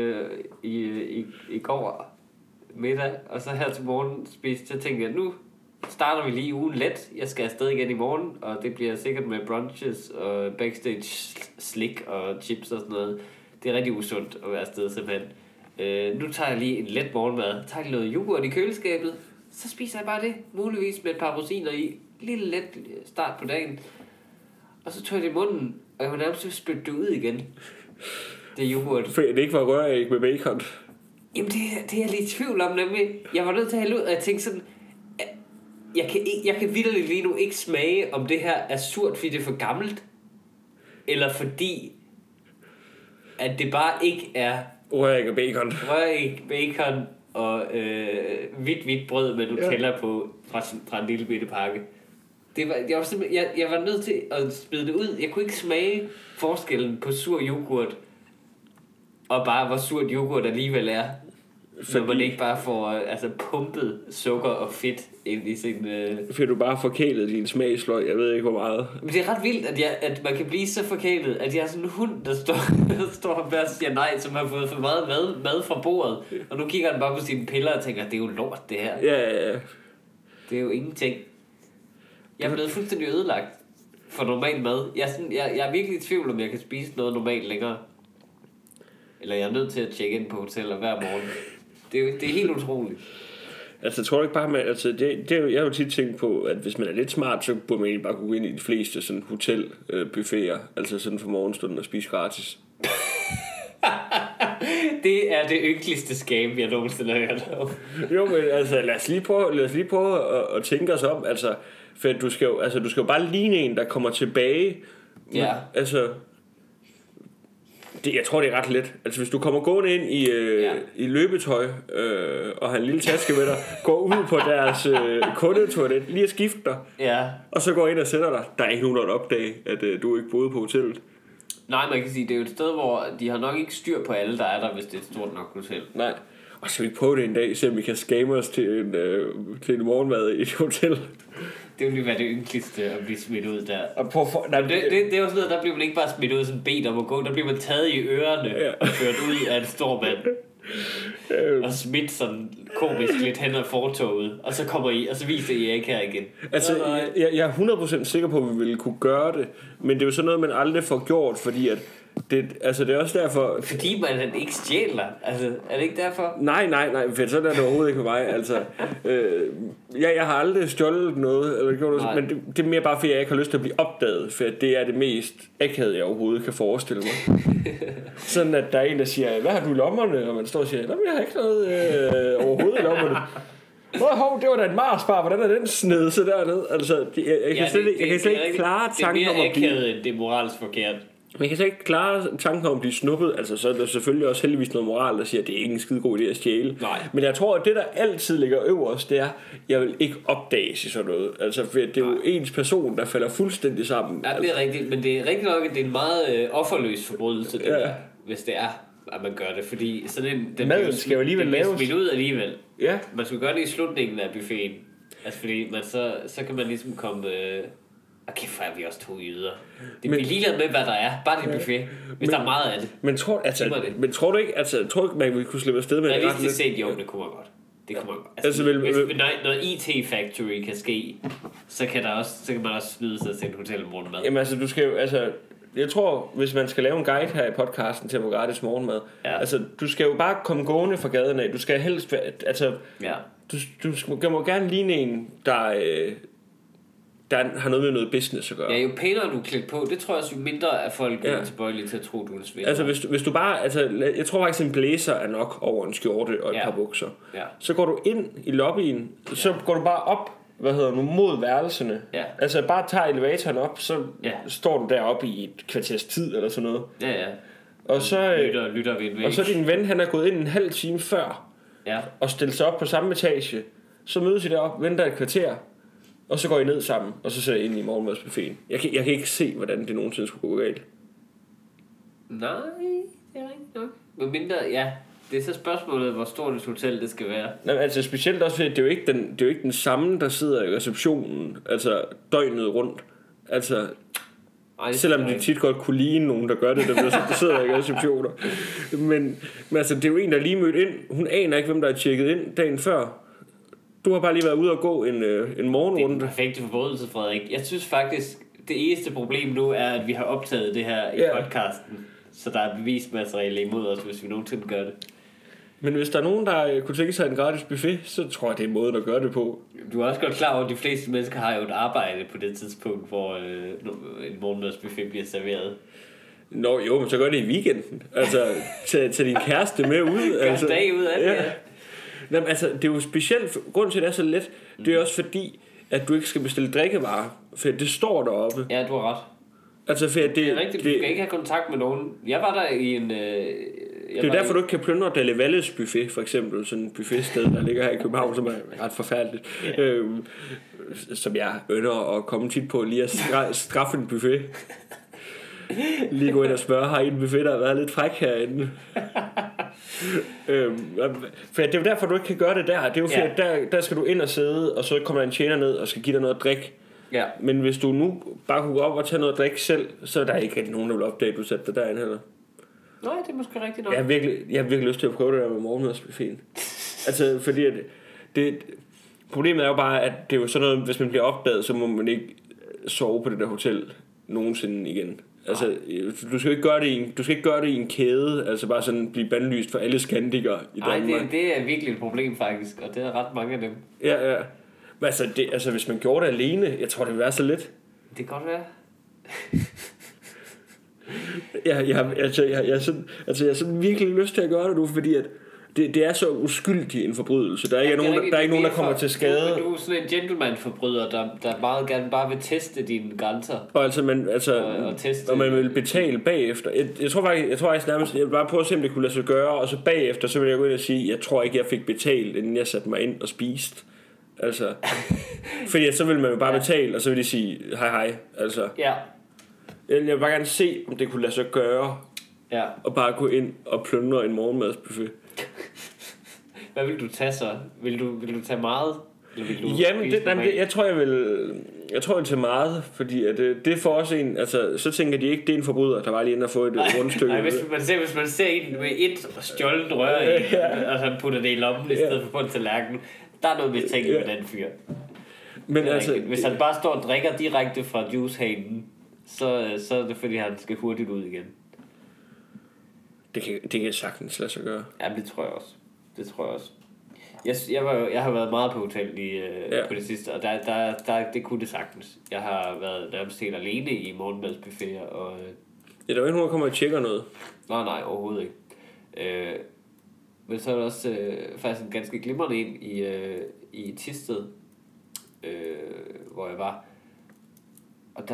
Speaker 1: i går middag, og så her til morgen spiste, så tænkte jeg, nu starter vi lige ugen let. Jeg skal afsted igen i morgen, og det bliver sikkert med brunches og backstage slik og chips og sådan noget. Det er rigtig usundt at være afsted simpelthen. Nu tager jeg lige en let morgenmad. Tager lige noget yoghurt i køleskabet. Så spiser jeg bare det, muligvis med et par rosiner i. Lille let start på dagen. Og så tog jeg det i munden, og jeg var nærmest spytte det ud igen. Det er yoghurt.
Speaker 2: For det ikke var røræg med bacon.
Speaker 1: Jamen det er jeg lidt i tvivl om nemlig. Jeg var nødt til at hælde ud, og jeg tænkte sådan... Jeg kan vitterligt lige nu ikke smage, om det her er surt, fordi det er for gammelt. Eller fordi... at det bare ikke er...
Speaker 2: røræg og bacon.
Speaker 1: Røræg, bacon... og hvidt brød med Nutella på fra en lille bitte pakke. Jeg var nødt til at smide det ud. Jeg kunne ikke smage forskellen på sur yoghurt og bare hvor surt yoghurt alligevel er. Når man ikke bare får pumpet sukker og fedt ind i sin...
Speaker 2: Fordi du bare forkælet din smagsløg, jeg ved ikke hvor meget.
Speaker 1: Men det er ret vildt, at man kan blive så forkælet, at jeg er sådan en hund, der står og bare siger nej, som har fået for meget mad fra bordet. Og nu kigger han bare på sine piller og tænker, det er jo lort det her.
Speaker 2: Ja.
Speaker 1: Det er jo ingenting. Jeg er blevet fuldstændig ødelagt for normal mad. Jeg er virkelig i tvivl, om jeg kan spise noget normalt længere. Eller jeg er nødt til at tjekke ind på hoteller hver morgen. Det er helt utroligt.
Speaker 2: Altså, jeg tror ikke bare, jeg har jo tit tænkt på, at hvis man er lidt smart, så burde man egentlig bare kunne gå ind i de fleste sådan hotelbuffeter, altså sådan for morgenstunden og spise gratis.
Speaker 1: Det er det ynkeligste skab, jeg nogensinde har hørt om.
Speaker 2: Jo, men altså, lad os lige prøve at tænke os om, altså, for du skal jo bare ligne en, der kommer tilbage.
Speaker 1: Ja.
Speaker 2: Altså, jeg tror det er ret let. Altså hvis du kommer gående ind i løbetøj og har en lille taske med dig, går ud på deres kundetoilet, lige at skifte dig, og så går ind og sætter dig. Der er ikke nogen, der opdage, at du ikke boede på hotellet.
Speaker 1: Nej, man kan sige, det er jo et sted, hvor de har nok ikke styr på alle, der er der, hvis det er et stort nok hotel.
Speaker 2: Nej. Og så vi prøve det en dag, se om vi kan skamme os til en morgenmad i et hotel.
Speaker 1: Det ville være det ynkeligste at blive smidt ud der.
Speaker 2: Nej,
Speaker 1: det er jo sådan noget, der bliver man ikke bare smidt ud sådan bedt om at gå. Der bliver man taget i ørerne og ført ud af en stor mand. Og smidt sådan komisk lidt hen ad fortoget. Og så kommer I, og så viser I ikke her igen.
Speaker 2: Altså, jeg er 100% sikker på, at vi ville kunne gøre det. Men det er jo sådan noget, man aldrig får gjort, fordi at det er også derfor.
Speaker 1: Fordi man ikke stjæler. Altså, er det ikke derfor?
Speaker 2: Nej, for sådan er det overhovedet ikke for mig. Altså, jeg har aldrig stjålet noget eller gjort noget, men det er mere bare fordi jeg ikke har lyst til at blive opdaget, for det er det mest akavede jeg overhovedet kan forestille mig. Sådan at der er en der siger, hvad har du i lommerne? Og man står og siger, jeg har ikke noget overhovedet i lommerne. Hov, det var da et Marsbar. Hvordan er den sned så dernede? Altså, jeg kan slet ikke klare tanken om at blive.
Speaker 1: Det er mere akavet, end det er moralsk forkert.
Speaker 2: Man kan slet ikke klare tanken om at blive snuppet. Altså, så er der selvfølgelig også heldigvis noget moral, der siger, at det er ikke en skide god idé at stjæle.
Speaker 1: Nej.
Speaker 2: Men jeg tror, at det, der altid ligger øverst, det er, jeg vil ikke opdages i sådan noget. Altså, for det er jo ens person, der falder fuldstændig sammen.
Speaker 1: Ja, det er rigtigt. Men det er rigtigt nok, at det er en meget offerløs forbrydelse, det der, hvis det er, at man gør det. Fordi sådan en...
Speaker 2: Maden skal jo alligevel laves.
Speaker 1: Det bliver smidt ud alligevel.
Speaker 2: Ja.
Speaker 1: Man skal gøre det i slutningen af buffeten. Altså, fordi man så kan man ligesom komme... Okay, for er vi også 2 jyder. Det bliver ligeglad med, hvad der er. Bare det buffet, hvis der er meget af det.
Speaker 2: Men tror du ikke, man ville kunne slippe afsted med det?
Speaker 1: Realistisk set, jo, det kunne man godt. Det kunne man godt. Altså, når IT Factory kan ske, så kan man også snyde sig til et hotel om morgenmad.
Speaker 2: Jamen altså, du skal jo, jeg tror, hvis man skal lave en guide her i podcasten til at få gratis morgenmad, altså, du skal jo bare komme gående fra gaden af. Du skal helst, du må gerne ligne en, der har noget med noget business at gøre.
Speaker 1: Ja, jo pænere du er klædt på, det tror jeg også, jo mindre er folk tilbøjelige til at tro, du er en svindler.
Speaker 2: Altså hvis du bare, jeg tror faktisk en blæser er nok over en skjorte og et par bukser.
Speaker 1: Ja.
Speaker 2: Så går du ind i lobbyen, så går du bare op, mod værelserne.
Speaker 1: Ja.
Speaker 2: Altså bare tager elevatoren op, så står du deroppe i et kvarters tid eller sådan noget.
Speaker 1: Ja.
Speaker 2: Og så
Speaker 1: lytter vi
Speaker 2: og så din ven, han er gået ind en halv time før.
Speaker 1: Ja.
Speaker 2: Og stillet sig op på samme etage. Så mødes I deroppe, venter et kvarter. Og så går I ned sammen, og så sætter I ind i morgenmadsbuffeten. Jeg kan ikke se, hvordan det nogensinde skulle gå galt.
Speaker 1: Nej, det er rigtigt nok. Men mindre, det er så spørgsmålet, hvor stort et hotel det skal være.
Speaker 2: Nej, altså specielt også, fordi det er jo ikke den samme, der sidder i receptionen, altså døgnet rundt. Altså, selvom de tit godt kunne ligne nogen, der gør det, der sidder i receptioner. Men altså, det er jo en, der lige mødt ind. Hun aner ikke, hvem der er tjekket ind dagen før. Du har bare lige været ude og gå en morgenrunde.
Speaker 1: Det er den perfekte forbrydelse, Frederik. Jeg synes faktisk, det eneste problem nu er, at vi har optaget det her i podcasten. Så der er bevismateriale imod os, hvis vi nogensinde gør det.
Speaker 2: Men hvis der er nogen, der kunne tænke sig en gratis buffet, så tror jeg, det er måden at gøre det på.
Speaker 1: Du er også godt klar over, at de fleste mennesker har jo et arbejde på det tidspunkt, hvor en morgenmadsbuffet bliver serveret.
Speaker 2: Nå jo, men så gør det i weekenden. Altså, tage din kæreste med ud.
Speaker 1: Gør en dag ud af det, ja.
Speaker 2: Jamen, altså, det er jo specielt, grunden til, at det er så let, det er også fordi, at du ikke skal bestille drikkevarer, for det står deroppe.
Speaker 1: Ja, du har ret.
Speaker 2: Altså, for
Speaker 1: det er rigtigt, du skal ikke have kontakt med nogen. Jeg var der i en...
Speaker 2: det er derfor, du ikke kan plyndre Dalle Valles buffet, for eksempel, sådan en buffetsted, der ligger her i København, som er ret forfærdeligt. Yeah. Som jeg ønsker at komme tit på, lige at straffe en buffet. Lige gå ind og spørge, har I en buffet, der har været lidt fræk herinde? For det er jo derfor, du ikke kan gøre det der. Det er jo fordi, der skal du ind og sidde, og så kommer der en tjener ned og skal give dig noget at drikke. Ja. Men hvis du nu bare kunne gå op og tage noget at drikke selv, så er der ikke rigtig nogen, der vil opdage, at du sætter dig derinde heller.
Speaker 1: Nej, det er måske rigtigt nok.
Speaker 2: Jeg har virkelig lyst til at prøve det der med morgenmadsbuffeten. Altså, fordi at problemet er jo bare, at det er jo sådan noget, hvis man bliver opdaget, så må man ikke sove på det der hotel nogensinde igen. Altså, du skal ikke gøre det i en kæde, altså bare sådan blive bandlyst for alle skandikere i Danmark.
Speaker 1: Nej, det er virkelig et problem faktisk, og det er ret mange af dem.
Speaker 2: Ja. Men altså, hvis man gjorde det alene, jeg tror, det ville være så let.
Speaker 1: Det kan godt være.
Speaker 2: Jeg har sådan virkelig lyst til at gøre det nu, fordi at det er så uskyldig en forbrydelse. Der er ikke nogen, der kommer til skade.
Speaker 1: Du er sådan en gentleman-forbryder, der meget gerne bare vil teste dine grænser.
Speaker 2: Og og man vil betale bagefter. Jeg tror faktisk nærmest, jeg vil bare prøve at se, om det kunne lade sig gøre, og så bagefter, så vil jeg gå ind og sige, jeg tror ikke, jeg fik betalt, inden jeg satte mig ind og spiste. Fordi så vil man jo bare betale, og så vil de sige hej. Altså.
Speaker 1: Ja.
Speaker 2: Jeg vil bare gerne se, om det kunne lade sig gøre.
Speaker 1: Ja.
Speaker 2: Og bare gå ind og plyndre en morgenmadsbuffet.
Speaker 1: Hvad vil du tage så? Vil du tage meget? Eller vil du
Speaker 2: jeg tror jeg vil tage meget, fordi at det får også en, altså så tænker de ikke, det er en forbryder, der var lige inde og få et rundstykke.
Speaker 1: Nej, hvis man ser en med et stjålet rør i, og så putter det i lommen i stedet for på en tallerken, der er noget mistænkeligt med den fyr.
Speaker 2: Men altså,
Speaker 1: hvis han bare står og drikker direkte fra juicehanen, så er det fordi han skal hurtigt ud igen.
Speaker 2: Det kan sagtens lade sig gøre.
Speaker 1: Ja, det tror jeg også. Jeg har været meget på hotel på det sidste, og det kunne det sagtens. Jeg har været nærmest helt alene i morgenmadsbuffeter. Og,
Speaker 2: ja, der er ikke nogen, der kommer og tjekker noget.
Speaker 1: Nej, overhovedet ikke. Men så er der også faktisk en ganske glimrende en i Thisted, hvor jeg var. Og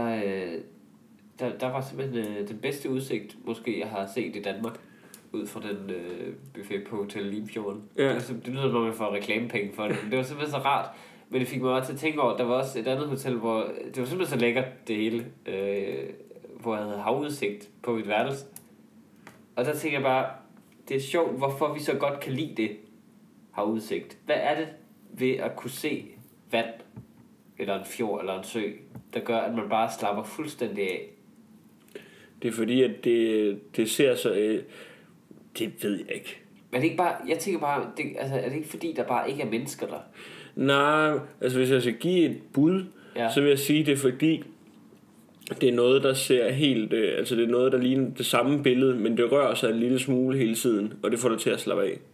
Speaker 1: der var simpelthen den bedste udsigt, måske jeg har set i Danmark, ud fra den buffet på Hotel Limfjorden. Ja. Det lyder, når man får reklamepenge for det, men det var simpelthen så rart. Men det fik mig også til at tænke over, der var også et andet hotel, hvor det var simpelthen så lækkert det hele, hvor jeg havde havudsigt på mit værelse. Og der tænker jeg bare, det er sjovt, hvorfor vi så godt kan lide det havudsigt. Hvad er det ved at kunne se vand, eller en fjord, eller en sø, der gør, at man bare slapper fuldstændig af?
Speaker 2: Det er fordi, at det ser så... det ved jeg ikke.
Speaker 1: Men det ikke bare, jeg tænker bare, er det ikke fordi, der bare ikke er mennesker der?
Speaker 2: Nej, altså hvis jeg skal give et bud, så vil jeg sige, det er fordi, det er noget, der ser helt... altså det er noget, der ligner det samme billede, men det rører sig en lille smule hele tiden, og det får dig til at slappe af.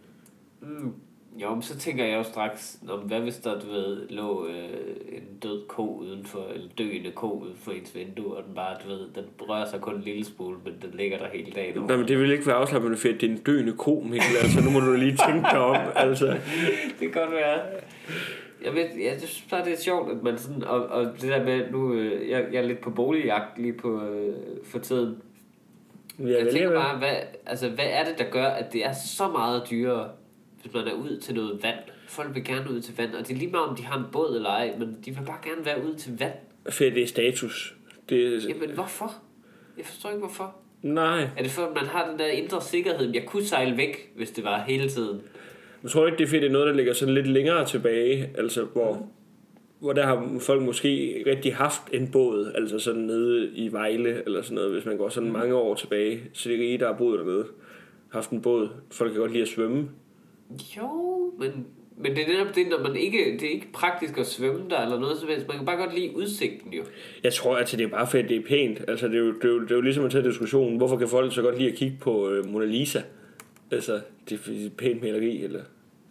Speaker 1: Jo, men så tænker jeg jo straks, hvad hvis der, lå en død ko udenfor, eller døende ko uden for ens vindue, og den bare, den rører sig kun en lille smule, men den ligger der hele dagen.
Speaker 2: Nej, men det vil ikke være afslappende, for det er en døende ko, Mikkel, altså nu må du lige tænke dig om, altså.
Speaker 1: Det kan godt være. Jeg synes bare, det er sjovt, at man sådan, og det der med, nu, jeg er lidt på boligjagt lige på, for tiden. Jeg tænker bare, hvad er det, der gør, at det er så meget dyrere, hvis man er ud til noget vand? Folk vil gerne ud til vand, og det er lige meget, om de har en båd eller ej, men de vil bare gerne være ude til vand.
Speaker 2: For det er status.
Speaker 1: Jamen, hvorfor? Jeg forstår ikke, hvorfor.
Speaker 2: Nej.
Speaker 1: Er det for, at man har den der indre sikkerhed? Jeg kunne sejle væk, hvis det var hele tiden.
Speaker 2: Jeg tror ikke, det er fordi, det er noget, der ligger sådan lidt længere tilbage, altså hvor der har folk måske rigtig haft en båd, altså sådan nede i Vejle, eller sådan noget, hvis man går sådan mange år tilbage. Så det er ikke, der har boet dernede, haft en båd. Folk kan godt lide at svømme. Jo, men det er netop det, når man ikke, det er ikke praktisk at svømme der eller noget som helst. Man kan bare godt lide udsigten jo. Jeg tror altså, det er bare fordi, det er pænt. Altså det er jo ligesom at tage diskussionen. Hvorfor kan folk så godt lide at kigge på Mona Lisa? Altså, det er et pænt maleri, eller...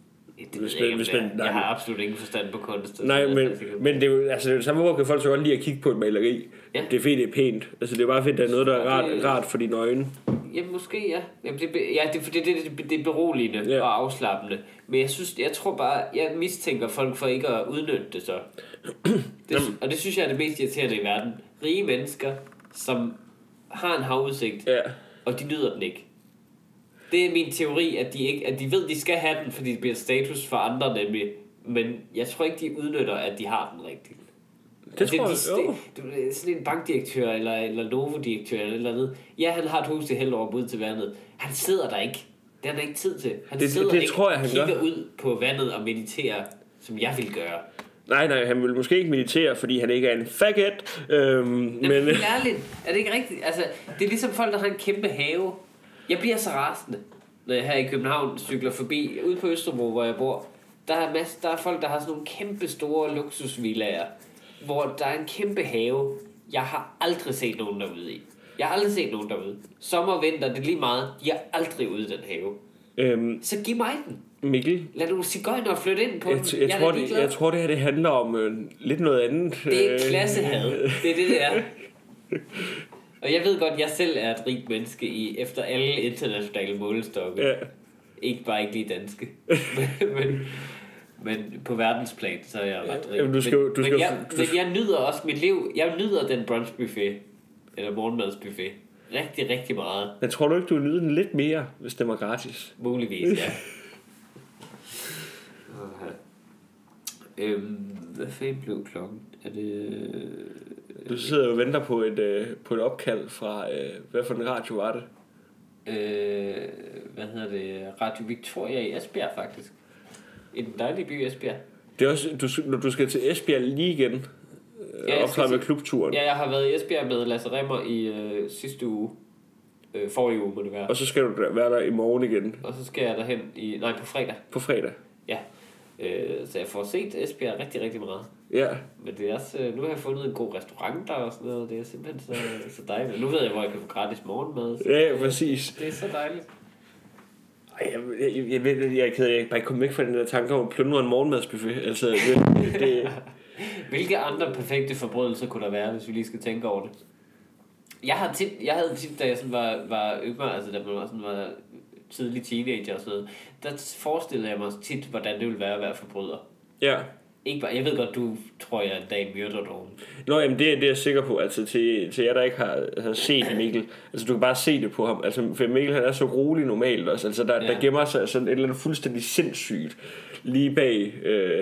Speaker 2: Jeg har absolut ingen forstand på kunst. Nej, men det er jo altså, det samme, hvor kan folk så godt lide at kigge på et maleri. Ja. Det er fordi, det er pænt. Altså, det er bare fordi, der er noget, der er rart for dine øjne. Jamen, måske, ja. Jamen, det er fordi, det er beroligende og afslappende. Men jeg tror bare, jeg mistænker folk for ikke at udnytte det så. Og det synes jeg er det mest irriterende i verden. Rige mennesker, som har en havudsigt, og de nyder den ikke. Det er min teori, at de ved, de skal have den, fordi det bliver status for andre nemlig. Men jeg tror ikke, de udnytter, at de har den rigtigt. Det tror jeg, sådan en bankdirektør, eller Novo-direktør, eller noget. Ja, han har et hus i Hellerup ud til vandet. Han sidder der ikke. Det har han ikke tid til. Han sidder ikke og kigger ud på vandet og mediterer, som jeg vil gøre. Nej, han vil måske ikke meditere, fordi han ikke er en faggot. Men ærligt, er det ikke rigtigt? Altså, det er ligesom folk, der har en kæmpe have. Jeg bliver så rasende, når jeg her i København cykler forbi, ude på Østerbro, hvor jeg bor. Der er folk, der har sådan nogle kæmpe store luksusvillager, hvor der er en kæmpe have. Jeg har aldrig set nogen derude i. Sommer og vinter, det er lige meget. Jeg er aldrig ude i den have. Så giv mig den. Mikkel. Lad nogle cigøjner flytte ind på den. Jeg tror, det her det handler om lidt noget andet. Det er klassehad. Det er det er. Og jeg ved godt, at jeg selv er et rigt menneske efter alle internationale målestokke. Ja. Ikke lige danske. men på verdensplan, så er jeg ret rig. Men jeg nyder også mit liv. Jeg nyder den brunchbuffet, eller morgenmadsbuffet, rigtig, rigtig meget. Men tror du ikke, du nyder den lidt mere, hvis det var gratis? Muligvis, ja. Hvad fanden blev klokken? Er det... Du sidder jo og venter på et opkald fra... hvad for en radio var det?
Speaker 1: Hvad hedder det? Radio Victoria i Esbjerg, faktisk. I den dejlige by Esbjerg.
Speaker 2: Det er også... Når du skal til Esbjerg lige igen... optræde med klubturen.
Speaker 1: Ja, jeg har været i Esbjerg med Lasse Remmer i sidste uge. Forrige uge må det være.
Speaker 2: Og så skal du være der i morgen igen.
Speaker 1: Og så skal jeg derhen på fredag.
Speaker 2: På fredag?
Speaker 1: Ja. Så jeg får set Esbjerg rigtig, rigtig meget.
Speaker 2: Ja.
Speaker 1: Men det er også, nu har jeg fundet en god restaurant der og sådan noget. Det er simpelthen så dejligt. Nu ved jeg, hvor jeg kan få gratis morgenmad.
Speaker 2: Ja, præcis.
Speaker 1: Det er så dejligt.
Speaker 2: Jeg er ked af, at jeg bare ikke kom væk fra den der tanke om at plyndre en morgenmadsbuffet. Altså, det...
Speaker 1: Hvilke andre perfekte forbrydelser kunne der være, hvis vi lige skal tænke over det? Jeg havde tit, da jeg sådan var yngre, altså da man var tidlig teenager og sådan noget, der forestillede jeg mig tit, hvordan det ville være at være forbryder.
Speaker 2: Ja.
Speaker 1: Ikke bare, jeg ved godt, du tror, jeg en dag myrder nogen.
Speaker 2: Nå, jamen det er jeg sikker på. Altså til jer, der ikke har set Mikkel. Altså du kan bare se det på ham. Altså for Mikkel, han er så rolig normalt også. Altså der gemmer sig sådan et eller andet fuldstændig sindssygt lige bag...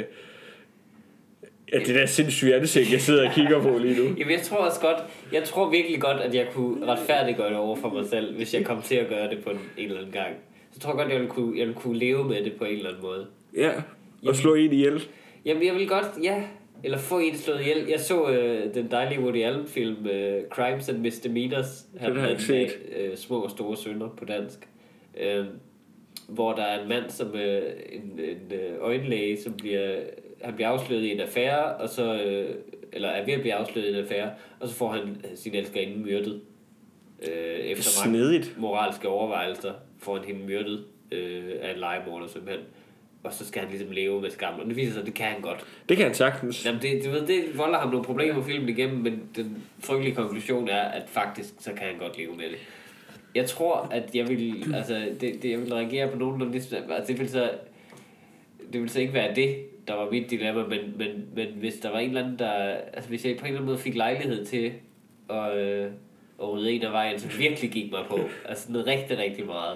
Speaker 2: Ja, det der sindssyge ansigt, jeg sidder og kigger på lige nu.
Speaker 1: Jamen, jeg tror virkelig godt, at jeg kunne retfærdiggøre det over for mig selv, hvis jeg kom til at gøre det på en eller anden gang. Så tror jeg godt, jeg ville kunne leve med det på en eller anden måde.
Speaker 2: Ja, og slå en ihjel.
Speaker 1: Jamen, jeg vil godt, ja. Eller få en slået ihjel. Jeg så den dejlige Woody Allen-film Crimes and Misdemeanors.
Speaker 2: Det har jeg set.
Speaker 1: Små og store synder på dansk. Hvor der er en mand, som en øjenlæge, som han bliver afsløret i en affære, og så, eller er ved at blive afsløret i en affære, og så får han sin elskerinde myrdet. Efter mange moralske overvejelser får han hende myrdet af en legemorder simpelthen. Og så skal han ligesom leve med skam. Og det viser sig, at det kan han godt.
Speaker 2: Det kan han sagtens.
Speaker 1: Jamen det volder ham nogle problemer på filmen igennem, men den frygtelige konklusion er, at faktisk så kan han godt leve med det. Jeg tror, at jeg vil, altså, jeg vil reagere på nogen, altså, det vil så ikke være det, der var mit dilemma, men hvis der var en eller anden, der, altså hvis jeg på en eller anden måde fik lejlighed til at rydde en af vejen, så virkelig gik mig på, altså noget rigtig, rigtig meget.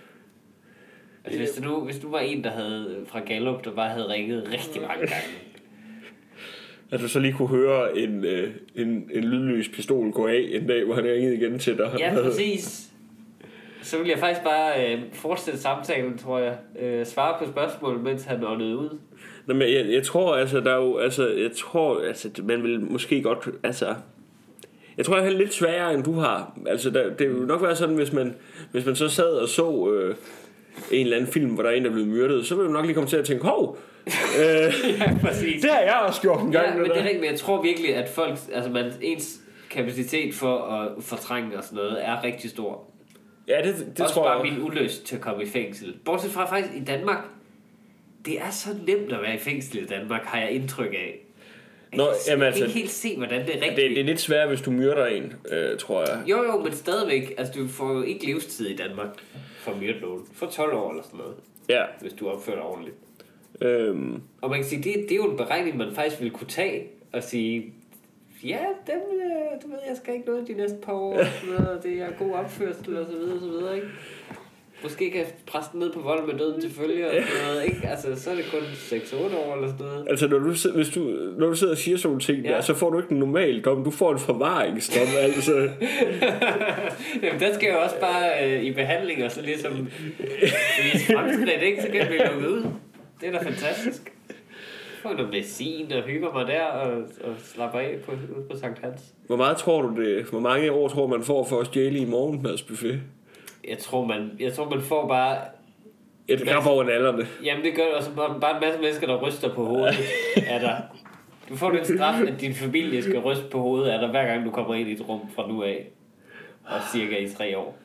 Speaker 1: Altså hvis du var en, der havde fra Gallup, der bare havde ringet rigtig mange gange.
Speaker 2: At du så lige kunne høre en lydløs pistol gå af en dag, hvor han ringede igen til dig.
Speaker 1: Ja, præcis. Så vil jeg faktisk bare fortsætte samtalen, tror jeg. Svare på spørgsmål, mens han åndede ud.
Speaker 2: Nå, men jeg tror, altså, der er jo, altså, man vil måske godt, altså... Jeg tror, jeg har lidt sværere, end du har. Altså, det vil nok være sådan, hvis man så sad og så en eller anden film, hvor der er en, der er blevet myrdet, så vil man nok lige komme til at tænke, hov!
Speaker 1: Ja, præcis.
Speaker 2: Det har jeg også gjort en gang.
Speaker 1: Ja, men det er rigtigt, men jeg tror virkelig, at folk, altså ens kapacitet for at fortrænge og sådan noget, er rigtig stor.
Speaker 2: Ja, det
Speaker 1: også
Speaker 2: tror jeg.
Speaker 1: Også bare min ulyst til at komme i fængsel. Bortset fra faktisk i Danmark, det er så nemt at være i fængsel i Danmark, har jeg indtryk af. Jeg kan ikke helt se, hvordan det er rigtigt.
Speaker 2: Det er lidt svært, hvis du myrder en, tror jeg.
Speaker 1: Jo, men stadigvæk. Altså, du får jo ikke livstid i Danmark for at myrde nogen. For 12 år eller sådan noget.
Speaker 2: Ja.
Speaker 1: Hvis du opfører dig ordentligt. Og man kan sige, det er jo en beregning, man faktisk ville kunne tage og sige, ja, dem, du ved, jeg skal ikke noget de næste par år, og sådan noget, det er god opførsel, og så videre, ikke? Måske kan presse den ned på vold med døden til følge, og sådan noget, ikke? Altså, så er det kun 6-8 år, eller sådan noget. Altså,
Speaker 2: når du sidder og siger sådan nogle ting, ja. Der, så får du ikke en normal dom, du får en forvaringsdom, altså.
Speaker 1: Jamen, der skal jo også bare i behandling, og så ligesom vise fremskridt, ikke? Så kan det blive lukket ud. Det er da fantastisk. Får noget medicin og hygger mig der og slapper af på Sankt Hans.
Speaker 2: Hvor mange år tror man får for at stjæle i morgenmadsbuffet?
Speaker 1: Jeg tror man får bare
Speaker 2: et grab over nallerne.
Speaker 1: Jamen det gør det også bare en masse mennesker der ryster på hovedet af dig. Du får den straf at din familie skal ryste på hovedet af dig hver gang du kommer ind i et rum fra nu af og cirka i 3 år.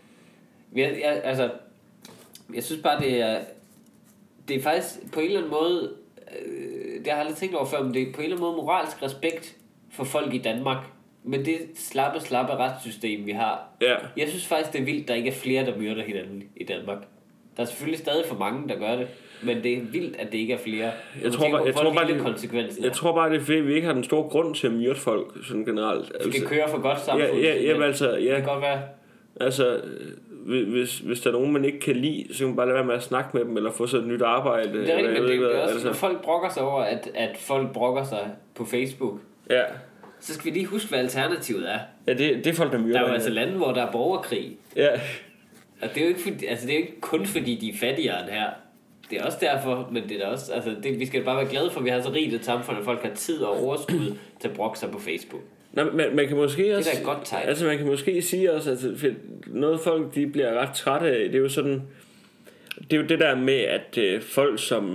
Speaker 1: Jeg synes bare det er faktisk på en eller anden måde det har jeg aldrig tænkt over før, men det er på en eller anden måde moralsk respekt for folk i Danmark. Men det slappe retssystem, vi har.
Speaker 2: Ja.
Speaker 1: Jeg synes faktisk, det er vildt, der ikke er flere, der myrder hinanden i Danmark. Der er selvfølgelig stadig for mange, der gør det. Men det er vildt, at det ikke er flere.
Speaker 2: Jeg tror bare, det er fordi, vi ikke har den store grund til at myrde folk, sådan generelt.
Speaker 1: Vi skal køre for godt samfund.
Speaker 2: Ja.
Speaker 1: Det kan godt være.
Speaker 2: Altså, hvis der er nogen, man ikke kan lide, så kan man bare lade være med at snakke med dem, eller få sig et nyt arbejde.
Speaker 1: Det er rigtigt, men det er også, når folk brokker sig over, at folk brokker sig på Facebook.
Speaker 2: Ja.
Speaker 1: så skal vi lige huske, hvad alternativet er.
Speaker 2: Ja, det er folk, der myrder.
Speaker 1: Der er jo altså lande, hvor der er borgerkrig.
Speaker 2: Ja.
Speaker 1: Og det er jo ikke, det er jo ikke kun fordi, de er fattigere end her. Det er også derfor, men det er også, altså vi skal bare være glade for, at vi har så rigt et samfund, at folk har tid og overskud til at brokke sig på Facebook.
Speaker 2: Nå, man kan måske også,
Speaker 1: det er et godt tegn.
Speaker 2: Altså man kan måske sige også, at noget folk de bliver ret trætte af, det er jo sådan, det er jo det der med, at folk som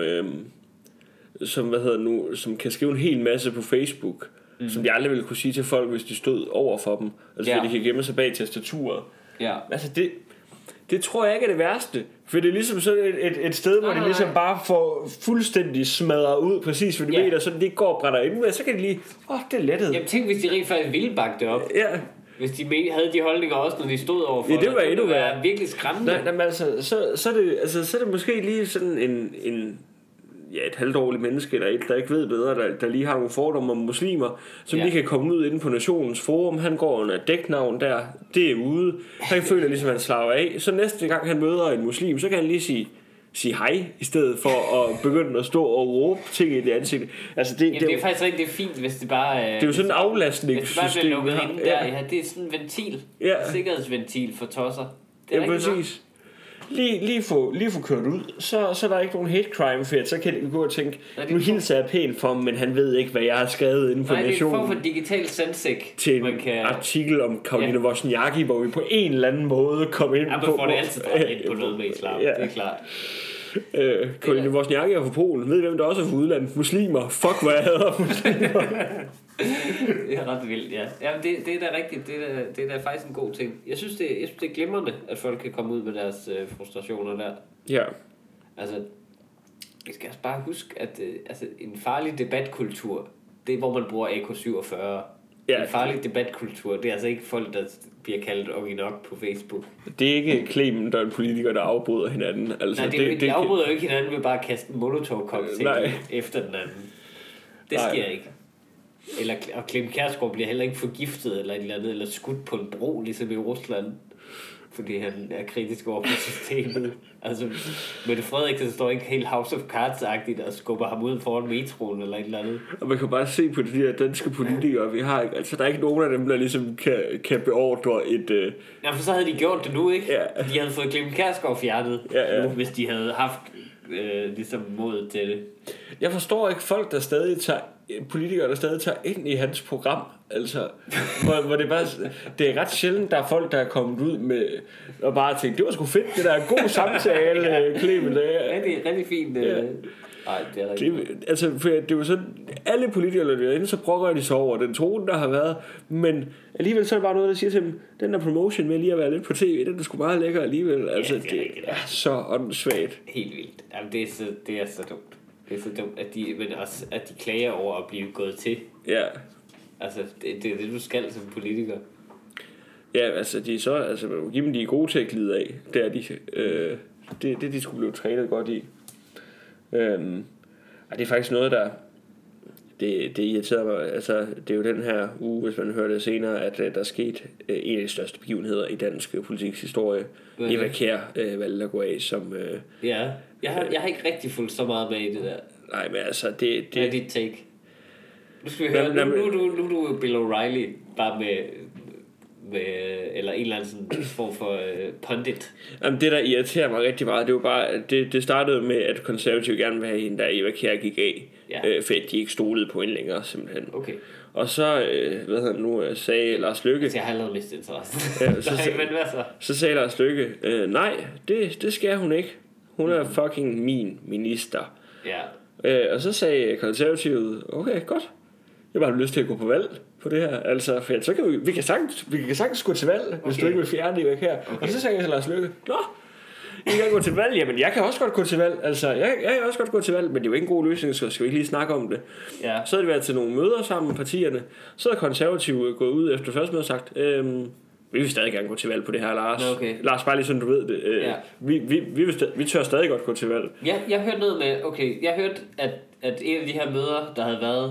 Speaker 2: som kan skrive en hel masse på Facebook, som de aldrig ville kunne sige til folk, hvis de stod over for dem, altså fordi de kan gemme sig bag tastaturet.
Speaker 1: Ja.
Speaker 2: Altså det tror jeg ikke er det værste. For det er ligesom sådan et sted, hvor de ligesom bare får fuldstændig smadret ud, præcis hvad de ved, og sådan de går og brænder ind med, så kan de lige, det er lettet.
Speaker 1: Jamen tænk, hvis de rent faktisk ville bakke det op.
Speaker 2: Ja.
Speaker 1: Hvis de havde de holdninger også, når de stod overfor
Speaker 2: det var endnu værre.
Speaker 1: Virkelig skræmmende.
Speaker 2: Nej, men altså, så er det måske lige sådan en et halvdårligt menneske, eller et, der ikke ved bedre, der lige har nogle fordomme om muslimer, som lige kan komme ud inde på Nationens Forum. Han går under dæknavn der, det er ude. Han føler ligesom, han slapper af. Så næste gang han møder en muslim, så kan han lige sige hej, i stedet for at begynde at stå og råbe ting i det ansigt. Altså
Speaker 1: det er faktisk rigtig fint, hvis det bare...
Speaker 2: det er jo sådan en aflastningssystem.
Speaker 1: Hvis det bare bliver lukket inde der, det er sådan en ventil. En sikkerhedsventil for tosser. Det er
Speaker 2: præcis. Lige få kørt ud, så er der ikke nogen hate crime fedt. Så kan de gå og tænke, nu hilser jeg pænt for ham, men han ved ikke, hvad jeg har skrevet inde på Nationen.
Speaker 1: Det er en form for digital sensik
Speaker 2: til en artikel om Karoline Wozniacki, hvor vi på en eller anden måde kom ind på.
Speaker 1: Man får det altid drejet ind på noget med islam, det er klart.
Speaker 2: Karoline Wozniacki er fra Polen. Ved I hvem der også er fra udlandet? Muslimer. Fuck, hvor jeg hader muslimer.
Speaker 1: Det er ret vildt, ja. Jamen, det er da rigtigt. Det er da faktisk en god ting. Jeg synes, det er glimrende, at folk kan komme ud med deres frustrationer der.
Speaker 2: Ja.
Speaker 1: Altså, vi skal også bare huske, at en farlig debatkultur, det er, hvor man bruger AK47. Ja. En farlig debatkultur, det er altså ikke folk, der bliver kaldt Oginok på Facebook. Det
Speaker 2: er ikke Clement, der er en politiker, der afbryder hinanden. Altså,
Speaker 1: nej, de afbryder jo ikke hinanden ved bare at kaste en molotov-cocktail efter den anden. Det sker ikke. Og Clement Kjærsgaard bliver heller ikke forgiftet eller et eller andet, eller skudt på en bro, ligesom i Rusland, fordi han er kritisk over på systemet. Altså, Mette Frederiksen står ikke helt House of Cards-agtigt og skubber ham ud foran metroen eller et eller andet. Og
Speaker 2: man kan bare se på de her danske politikere, vi har, altså der er ikke nogen af dem, der ligesom kan beordre et...
Speaker 1: Ja, for så havde de gjort det nu, ikke? Ja. De havde fået Clement Kjærsgaard fjernet, nu, hvis de havde haft ligesom mod til det.
Speaker 2: Jeg forstår ikke folk, politikere, der stadig tager ind i hans program, altså, hvor det bare, det er ret sjældent, der er folk, der er kommet ud med, og bare tænkt, det var sgu fedt, det der god samtale, Clement.
Speaker 1: Rigtig fint. Nej, det er rigtigt.
Speaker 2: Altså, for det er jo sådan, alle politikere, der er inde, så brokker de sig over den tone, der har været, men alligevel så er det bare noget, der siger til dem, den der promotion med lige at være lidt på tv, den er sgu meget lækker alligevel. Altså, det er så åndssvagt.
Speaker 1: Helt vildt. Jamen, det er så dumt. Det er så dumt, at de klager over at blive gået til.
Speaker 2: Ja.
Speaker 1: Altså, det er det, du skal som politiker.
Speaker 2: Ja, altså, man må give dem, de er gode til at glide af. Det er de. Det de skulle blive trænet godt i. Det er faktisk noget, der... Det irriterer mig. Altså, det er jo den her uge, hvis man hører det senere, at der er sket en af de største begivenheder i dansk politiks historie. Eva Kjær valgte at gå af som...
Speaker 1: Ja, jeg har ikke rigtig fulgt så meget med i det der.
Speaker 2: Nej, men altså, det
Speaker 1: er dit take. Nu skal vi høre, nu er du Bill O'Reilly, bare med eller en eller anden sådan form for pundit.
Speaker 2: Jamen, det der irriterer mig rigtig meget, det var bare, det startede med, at konservative gerne vil have hende, der Eva Kjær gik af, fordi de ikke stolede på hende længere, simpelthen.
Speaker 1: Okay.
Speaker 2: Og så, sagde Lars Løkke...
Speaker 1: Jeg har allerede mistet interesse.
Speaker 2: Så sagde Lars Løkke, nej, det skal hun ikke. Hun er fucking min minister.
Speaker 1: Ja.
Speaker 2: Og så sagde konservative, okay, godt. Jeg har bare lyst til at gå på valg på det her. Altså, for så kan vi kan sagtens gå til valg, hvis du ikke vil fjerne det her. Okay. Og så sagde jeg til Lars Løkke, nå, I kan gå til valg. Jamen, jeg kan også godt gå til valg. Altså, jeg kan også godt gå til valg, men det er jo ikke en god løsning, så skal vi ikke lige snakke om det.
Speaker 1: Ja.
Speaker 2: Så havde de været til nogle møder sammen med partierne. Så havde konservative gået ud efter første møde og sagt, vi vil stadig gerne gå til valg på det her, Lars.
Speaker 1: Okay.
Speaker 2: Lars, bare lige sådan, du ved det. Vi tør stadig godt gå til valg.
Speaker 1: Ja, jeg hørte noget med, jeg hørte, at en af de her møder, der havde været,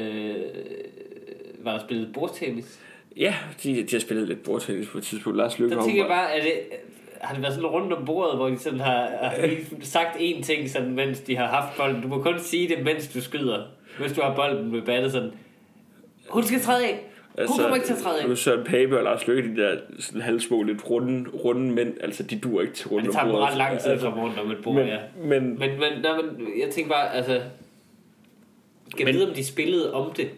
Speaker 1: var der spillet bordtennis?
Speaker 2: Ja, de har spillet lidt bordtennis på et tidspunkt. Lars Løkke.
Speaker 1: Der tænker jeg bare, har det været sådan rundt om bordet, hvor de sådan har sagt én ting, sådan, mens de har haft bolden. Du må kun sige det, mens du skyder. Hvis du har bolden med battet sådan. Hun skal træde af. Hun kommer ikke til at træde af.
Speaker 2: Nu Søren Pape og Lars Løkke, de der sådan halvsmå, lidt runde mænd, altså de duer ikke til rundt om bordet.
Speaker 1: Det tager ret lang tid at komme rundt om et bord, ja. Men jeg tænker bare, altså... Jeg vide, om de spillede om det.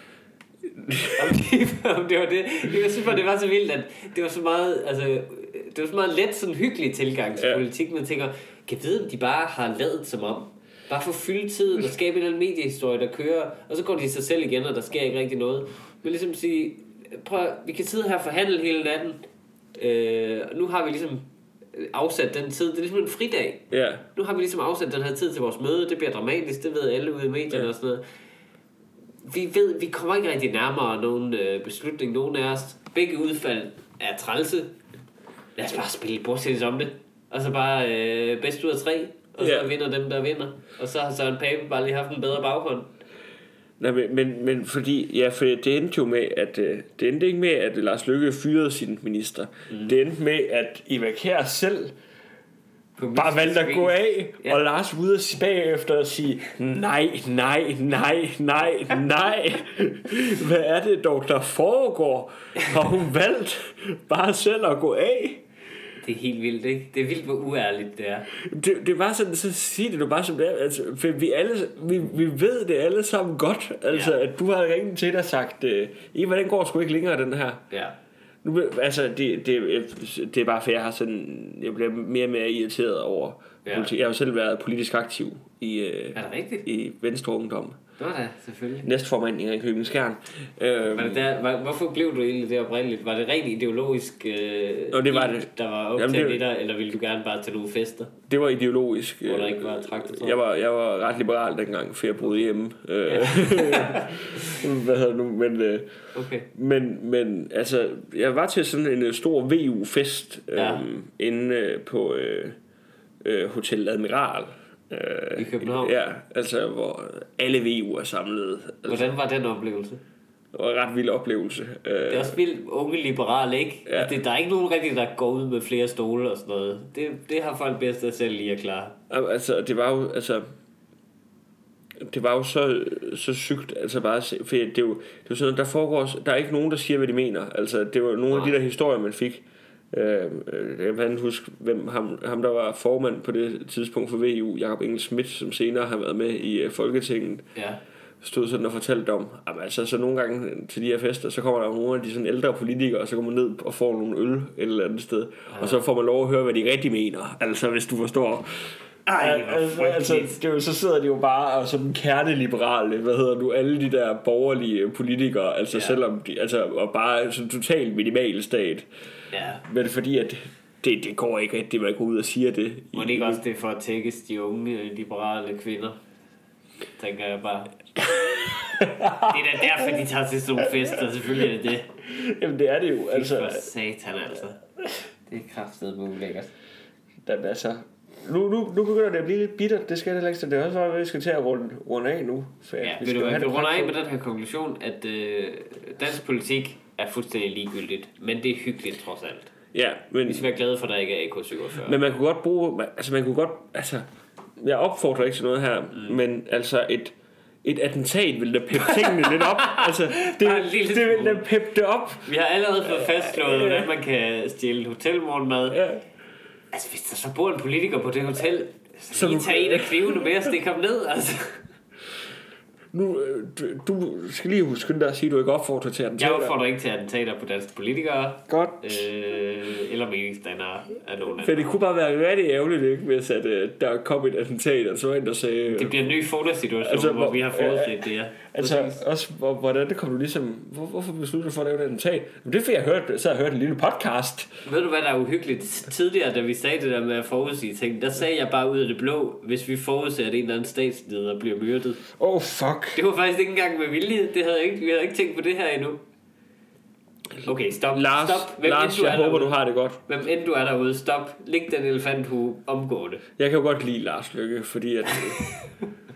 Speaker 1: om det var det. Jeg synes bare, det var så vildt, at det var så meget, altså... Det var så meget let, sådan hyggelig tilgang til politik. Man tænker, kan vide, om de bare har lavet som om. Bare for fylde tiden og skabe en eller anden mediehistorie, der kører. Og så går de sig selv igen, og der sker ikke rigtig noget. Men ligesom sige, prøv, vi kan sidde her og forhandle hele natten. Og nu har vi ligesom afsat den tid. Det er ligesom en fridag.
Speaker 2: Yeah.
Speaker 1: Nu har vi ligesom afsat den her tid til vores møde. Det bliver dramatisk, det ved alle ude i medierne og sådan noget. Vi kommer ikke rigtig nærmere nogen beslutning. Nogen af os. Begge udfald er trælse. Lad os bare spille bordsættes om det. Og så bare bedst ud af 3. Og så vinder dem, der vinder. Og så har Søren Pape bare lige haft en bedre baghånd.
Speaker 2: Nej, men fordi, for det endte jo med, at det endte ikke med, at Lars Løkke fyrede sin minister. Det endte med, at Eva Kjær selv bare valgte at gå af, og Lars ude og bagefter og sige, nej. Hvad er det dog, der foregår? Har hun valgt bare selv at gå af?
Speaker 1: Det er helt vildt, ikke? Det er vildt, hvor uærligt det er.
Speaker 2: Det var sådan, så sig det du bare som det er. Altså, for vi ved det alle sammen godt. Altså, at du har ringet til dig og sagt, Eva, den går sgu ikke længere, den her.
Speaker 1: Ja.
Speaker 2: Nu, altså, det er bare for jeg har sådan, jeg bliver mere og mere irriteret over politik. Jeg har jo selv været politisk aktiv i Venstre Ungdom.
Speaker 1: Det var da, selvfølgelig.
Speaker 2: Næstformand i Ringkøbing Skjern.
Speaker 1: Hvorfor blev du egentlig det oprindeligt? Var det rent ideologisk,
Speaker 2: det var det.
Speaker 1: Der var optaget i dig, eller ville du gerne bare til nogle fester?
Speaker 2: Det var ideologisk.
Speaker 1: Hvor der ikke var traktor?
Speaker 2: Jeg var ret liberal dengang, for jeg boede hjemme. Hvad hedder nu? Men altså, jeg var til sådan en stor VU-fest inde på Hotel Admiral.
Speaker 1: I København?
Speaker 2: Ja, altså hvor alle VU er samlet. Altså,
Speaker 1: hvordan var den oplevelse?
Speaker 2: Det var en ret vild oplevelse.
Speaker 1: Det er også vildt unge liberal, ikke? Ja. Altså, der er ikke nogen rigtig, der går ud med flere stole og sådan noget. Det har folk bedst af selv lige at klare.
Speaker 2: Altså, det var jo så sygt, altså bare for det er jo sådan, der er ikke nogen, der siger, hvad de mener. Altså, det var nogle af de der historier, man fik. Jeg kan huske ham der var formand på det tidspunkt for VU, Jakob Engel Schmidt, som senere har været med i Folketinget, stod sådan og fortalte om, altså så nogle gange til de her fester, så kommer der nogle af de sådan ældre politikere, og så går man ned og får nogle øl et eller andet sted, og så får man lov at høre, hvad de rigtig mener, altså hvis du forstår. Så sidder de jo bare og som kerneliberale, alle de der borgerlige politikere, altså selvom de, altså, og bare sådan totalt minimal stat. Ja. Men fordi at det går ikke rigtigt, man går ud og siger det.
Speaker 1: Må det ikke også det for at tækkes de unge liberale kvinder? Tænker jeg bare. Det er da derfor, de tager til sådan nogle fester. Selvfølgelig er det det.
Speaker 2: Jamen det er det jo. Altså.
Speaker 1: For satan altså. Det er kraftedeme ulækkert.
Speaker 2: Altså. Nu begynder det at blive lidt bittert. Det skal det ikke. Det er også bare, vi skal til at runde af nu.
Speaker 1: Vi runder af med den her konklusion, at dansk politik er fuldstændig ligegyldigt, men det er hyggeligt trods alt.
Speaker 2: Ja, men
Speaker 1: vi skal være glade for, at der ikke er AK-47.
Speaker 2: Men man kunne godt bruge, jeg opfordrer ikke til noget her, men altså et attentat vil da peppe tingene lidt op. Altså, det vil da peppe det op.
Speaker 1: Vi har allerede fået fastslået, hvordan man kan stjæle hotelmorgenmad. Ja. Altså, hvis der så bor en politiker på det hotel, så lige tage en af knivene med og stikke ham ned, altså.
Speaker 2: Nu, du skal lige huske at sige, at du ikke opfordrer til attentater.
Speaker 1: Jeg opfordrer ikke til attentater på danske politikere.
Speaker 2: Godt.
Speaker 1: Eller meningsdannere af nogen.
Speaker 2: For det kunne bare være rigtig ærgerligt, ikke, hvis at, der kom et attentat, og så en der sagde.
Speaker 1: Det bliver en ny fotosituation, altså, hvor vi har forudset det her.
Speaker 2: Altså også, hvordan det kom du ligesom. Hvorfor besluttede du for at lave et attentat? Men det fik jeg hørt, så har jeg hørt en lille podcast.
Speaker 1: Ved du hvad der er uhyggeligt? Tidligere, da vi sagde det der med at forudsige ting, der sagde jeg bare ud af det blå, hvis vi forudser, at en eller anden statsleder bliver myrdet.
Speaker 2: Oh fuck.
Speaker 1: Det var faktisk ikke engang med vilje. Vi havde ikke tænkt på det her endnu. Okay, stop.
Speaker 2: Lars, jeg håber, du har det godt.
Speaker 1: Hvem end du er derude, stop. Læg den elefanthue omgående.
Speaker 2: Jeg kan jo godt lide Lars Løkke, fordi at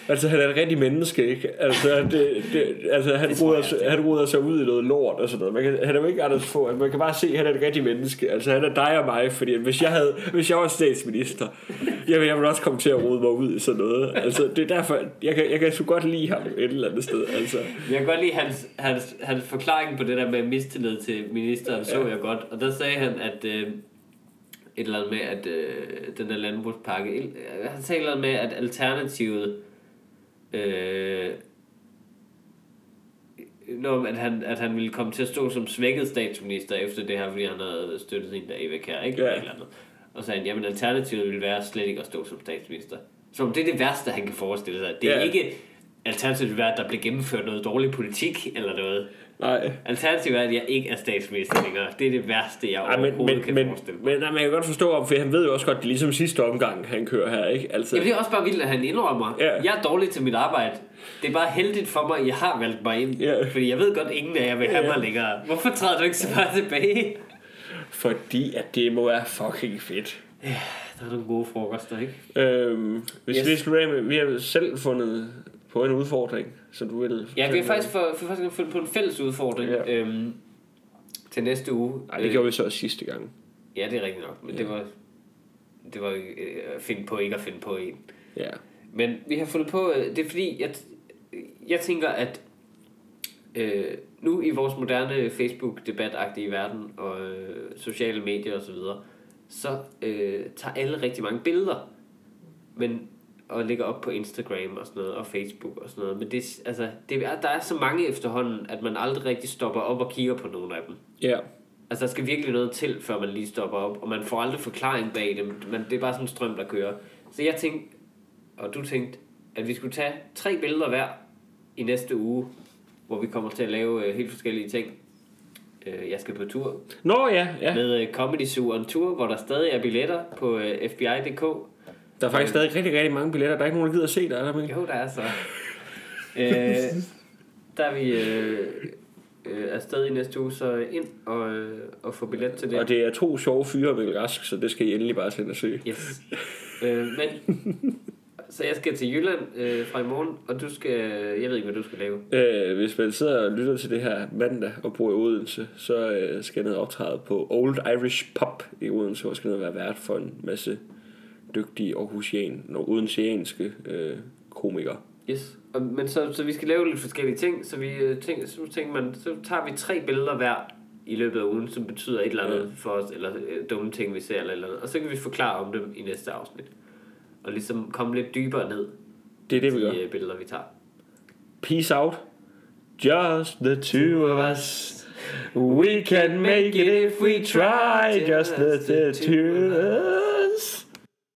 Speaker 2: Altså han er et rigtig menneske, ikke? Altså, han ruder sig ud i noget lort og sådan noget. Han er jo ikke Anders Fogh. Man kan bare se, at han er et rigtig menneske. Altså han er dig og mig. Fordi hvis jeg var statsminister, jeg ville også komme til at rode mig ud i sådan noget. Altså det er derfor jeg kan så godt lide ham et eller andet sted, altså.
Speaker 1: Jeg kan godt lide hans forklaring på det der med mistillid til ministeren, så jeg godt. Og der sagde han, at et eller andet med, at den der landbrugspakke, han sagde et eller andet med, at alternativet, at han ville komme til at stå som svækket statsminister efter det her, fordi han havde støttet en der Eva Kjær, ikke? Ja. Eller andet. Og så sagde han, jamen alternativet ville være slet ikke at stå som statsminister. Så det er det værste, han kan forestille sig. Det er ikke alternativet vil være, at der bliver gennemført noget dårlig politik eller noget.
Speaker 2: Nej.
Speaker 1: Alternativet er, at jeg ikke er statsminister længere. Det er det værste, jeg overhovedet kan forestille mig.
Speaker 2: Men man kan godt forstå om, for han ved jo også godt, det er ligesom sidste omgang, han kører her, ikke? Altså.
Speaker 1: Jeg bliver også bare vildt, at han indrømmer. Jeg er dårlig til mit arbejde. Det er bare heldigt for mig, at jeg har valgt mig ind. Fordi jeg ved godt, at ingen af jer vil have mig længere. Hvorfor træder du ikke så meget tilbage?
Speaker 2: Fordi at det må være fucking fedt.
Speaker 1: Ja, der er nogle gode frokoster, ikke?
Speaker 2: Hvis vi slutter af med, vi har selv fundet på en udfordring, som du vil.
Speaker 1: Ja, vi har faktisk fundet på en fælles udfordring til næste uge.
Speaker 2: Nej, det gjorde vi så også sidste gang.
Speaker 1: Ja, det er rigtigt nok, men det var at finde på ikke at finde på en.
Speaker 2: Ja.
Speaker 1: Men vi har fundet på, det er fordi, jeg tænker, at nu i vores moderne Facebook-debatagtige verden og sociale medier osv., så tager alle rigtig mange billeder, og lægger op på Instagram og sådan noget, og Facebook og sådan noget. Men der er så mange efterhånden, at man aldrig rigtig stopper op og kigger på nogle af dem.
Speaker 2: Ja.
Speaker 1: Altså, der skal virkelig noget til, før man lige stopper op, og man får aldrig forklaring bag dem. Men det er bare sådan en strøm, der kører. Så jeg tænkte, og du tænkte, at vi skulle tage 3 billeder hver i næste uge, hvor vi kommer til at lave helt forskellige ting. Jeg skal på tur.
Speaker 2: Nå ja.
Speaker 1: Med Comedy Zoo on Tour, hvor der stadig er billetter på fbi.dk.
Speaker 2: Der er faktisk stadig rigtig, rigtig mange billetter. Der er ikke nogen, der gider at se dig, er der med?
Speaker 1: Jo, der er så. Der er vi afsted i næste uge, så ind og få billet til det.
Speaker 2: Og det er 2 sjove fyre, Mikkel Rask, så det skal I endelig bare sende og søge.
Speaker 1: Yes. Så jeg skal til Jylland fra i morgen, og du skal, jeg ved ikke, hvad du skal lave.
Speaker 2: Hvis man sidder og lytter til det her mandag og bor i Odense, så skal jeg ned optræde på Old Irish Pub i Odense, og skal ned være vært for en masse dygtige odenseanske komikere.
Speaker 1: Yes. Men så vi skal lave lidt forskellige ting, så så tager vi 3 billeder hver i løbet af ugen, som betyder et eller andet for os, eller dumme ting vi ser eller andet, og så kan vi forklare om dem i næste afsnit, og ligesom komme lidt dybere ned.
Speaker 2: Det er det vi gør.
Speaker 1: De billeder vi tager.
Speaker 2: Peace out. Just the two of us. We can make it if we try. Just the two of us.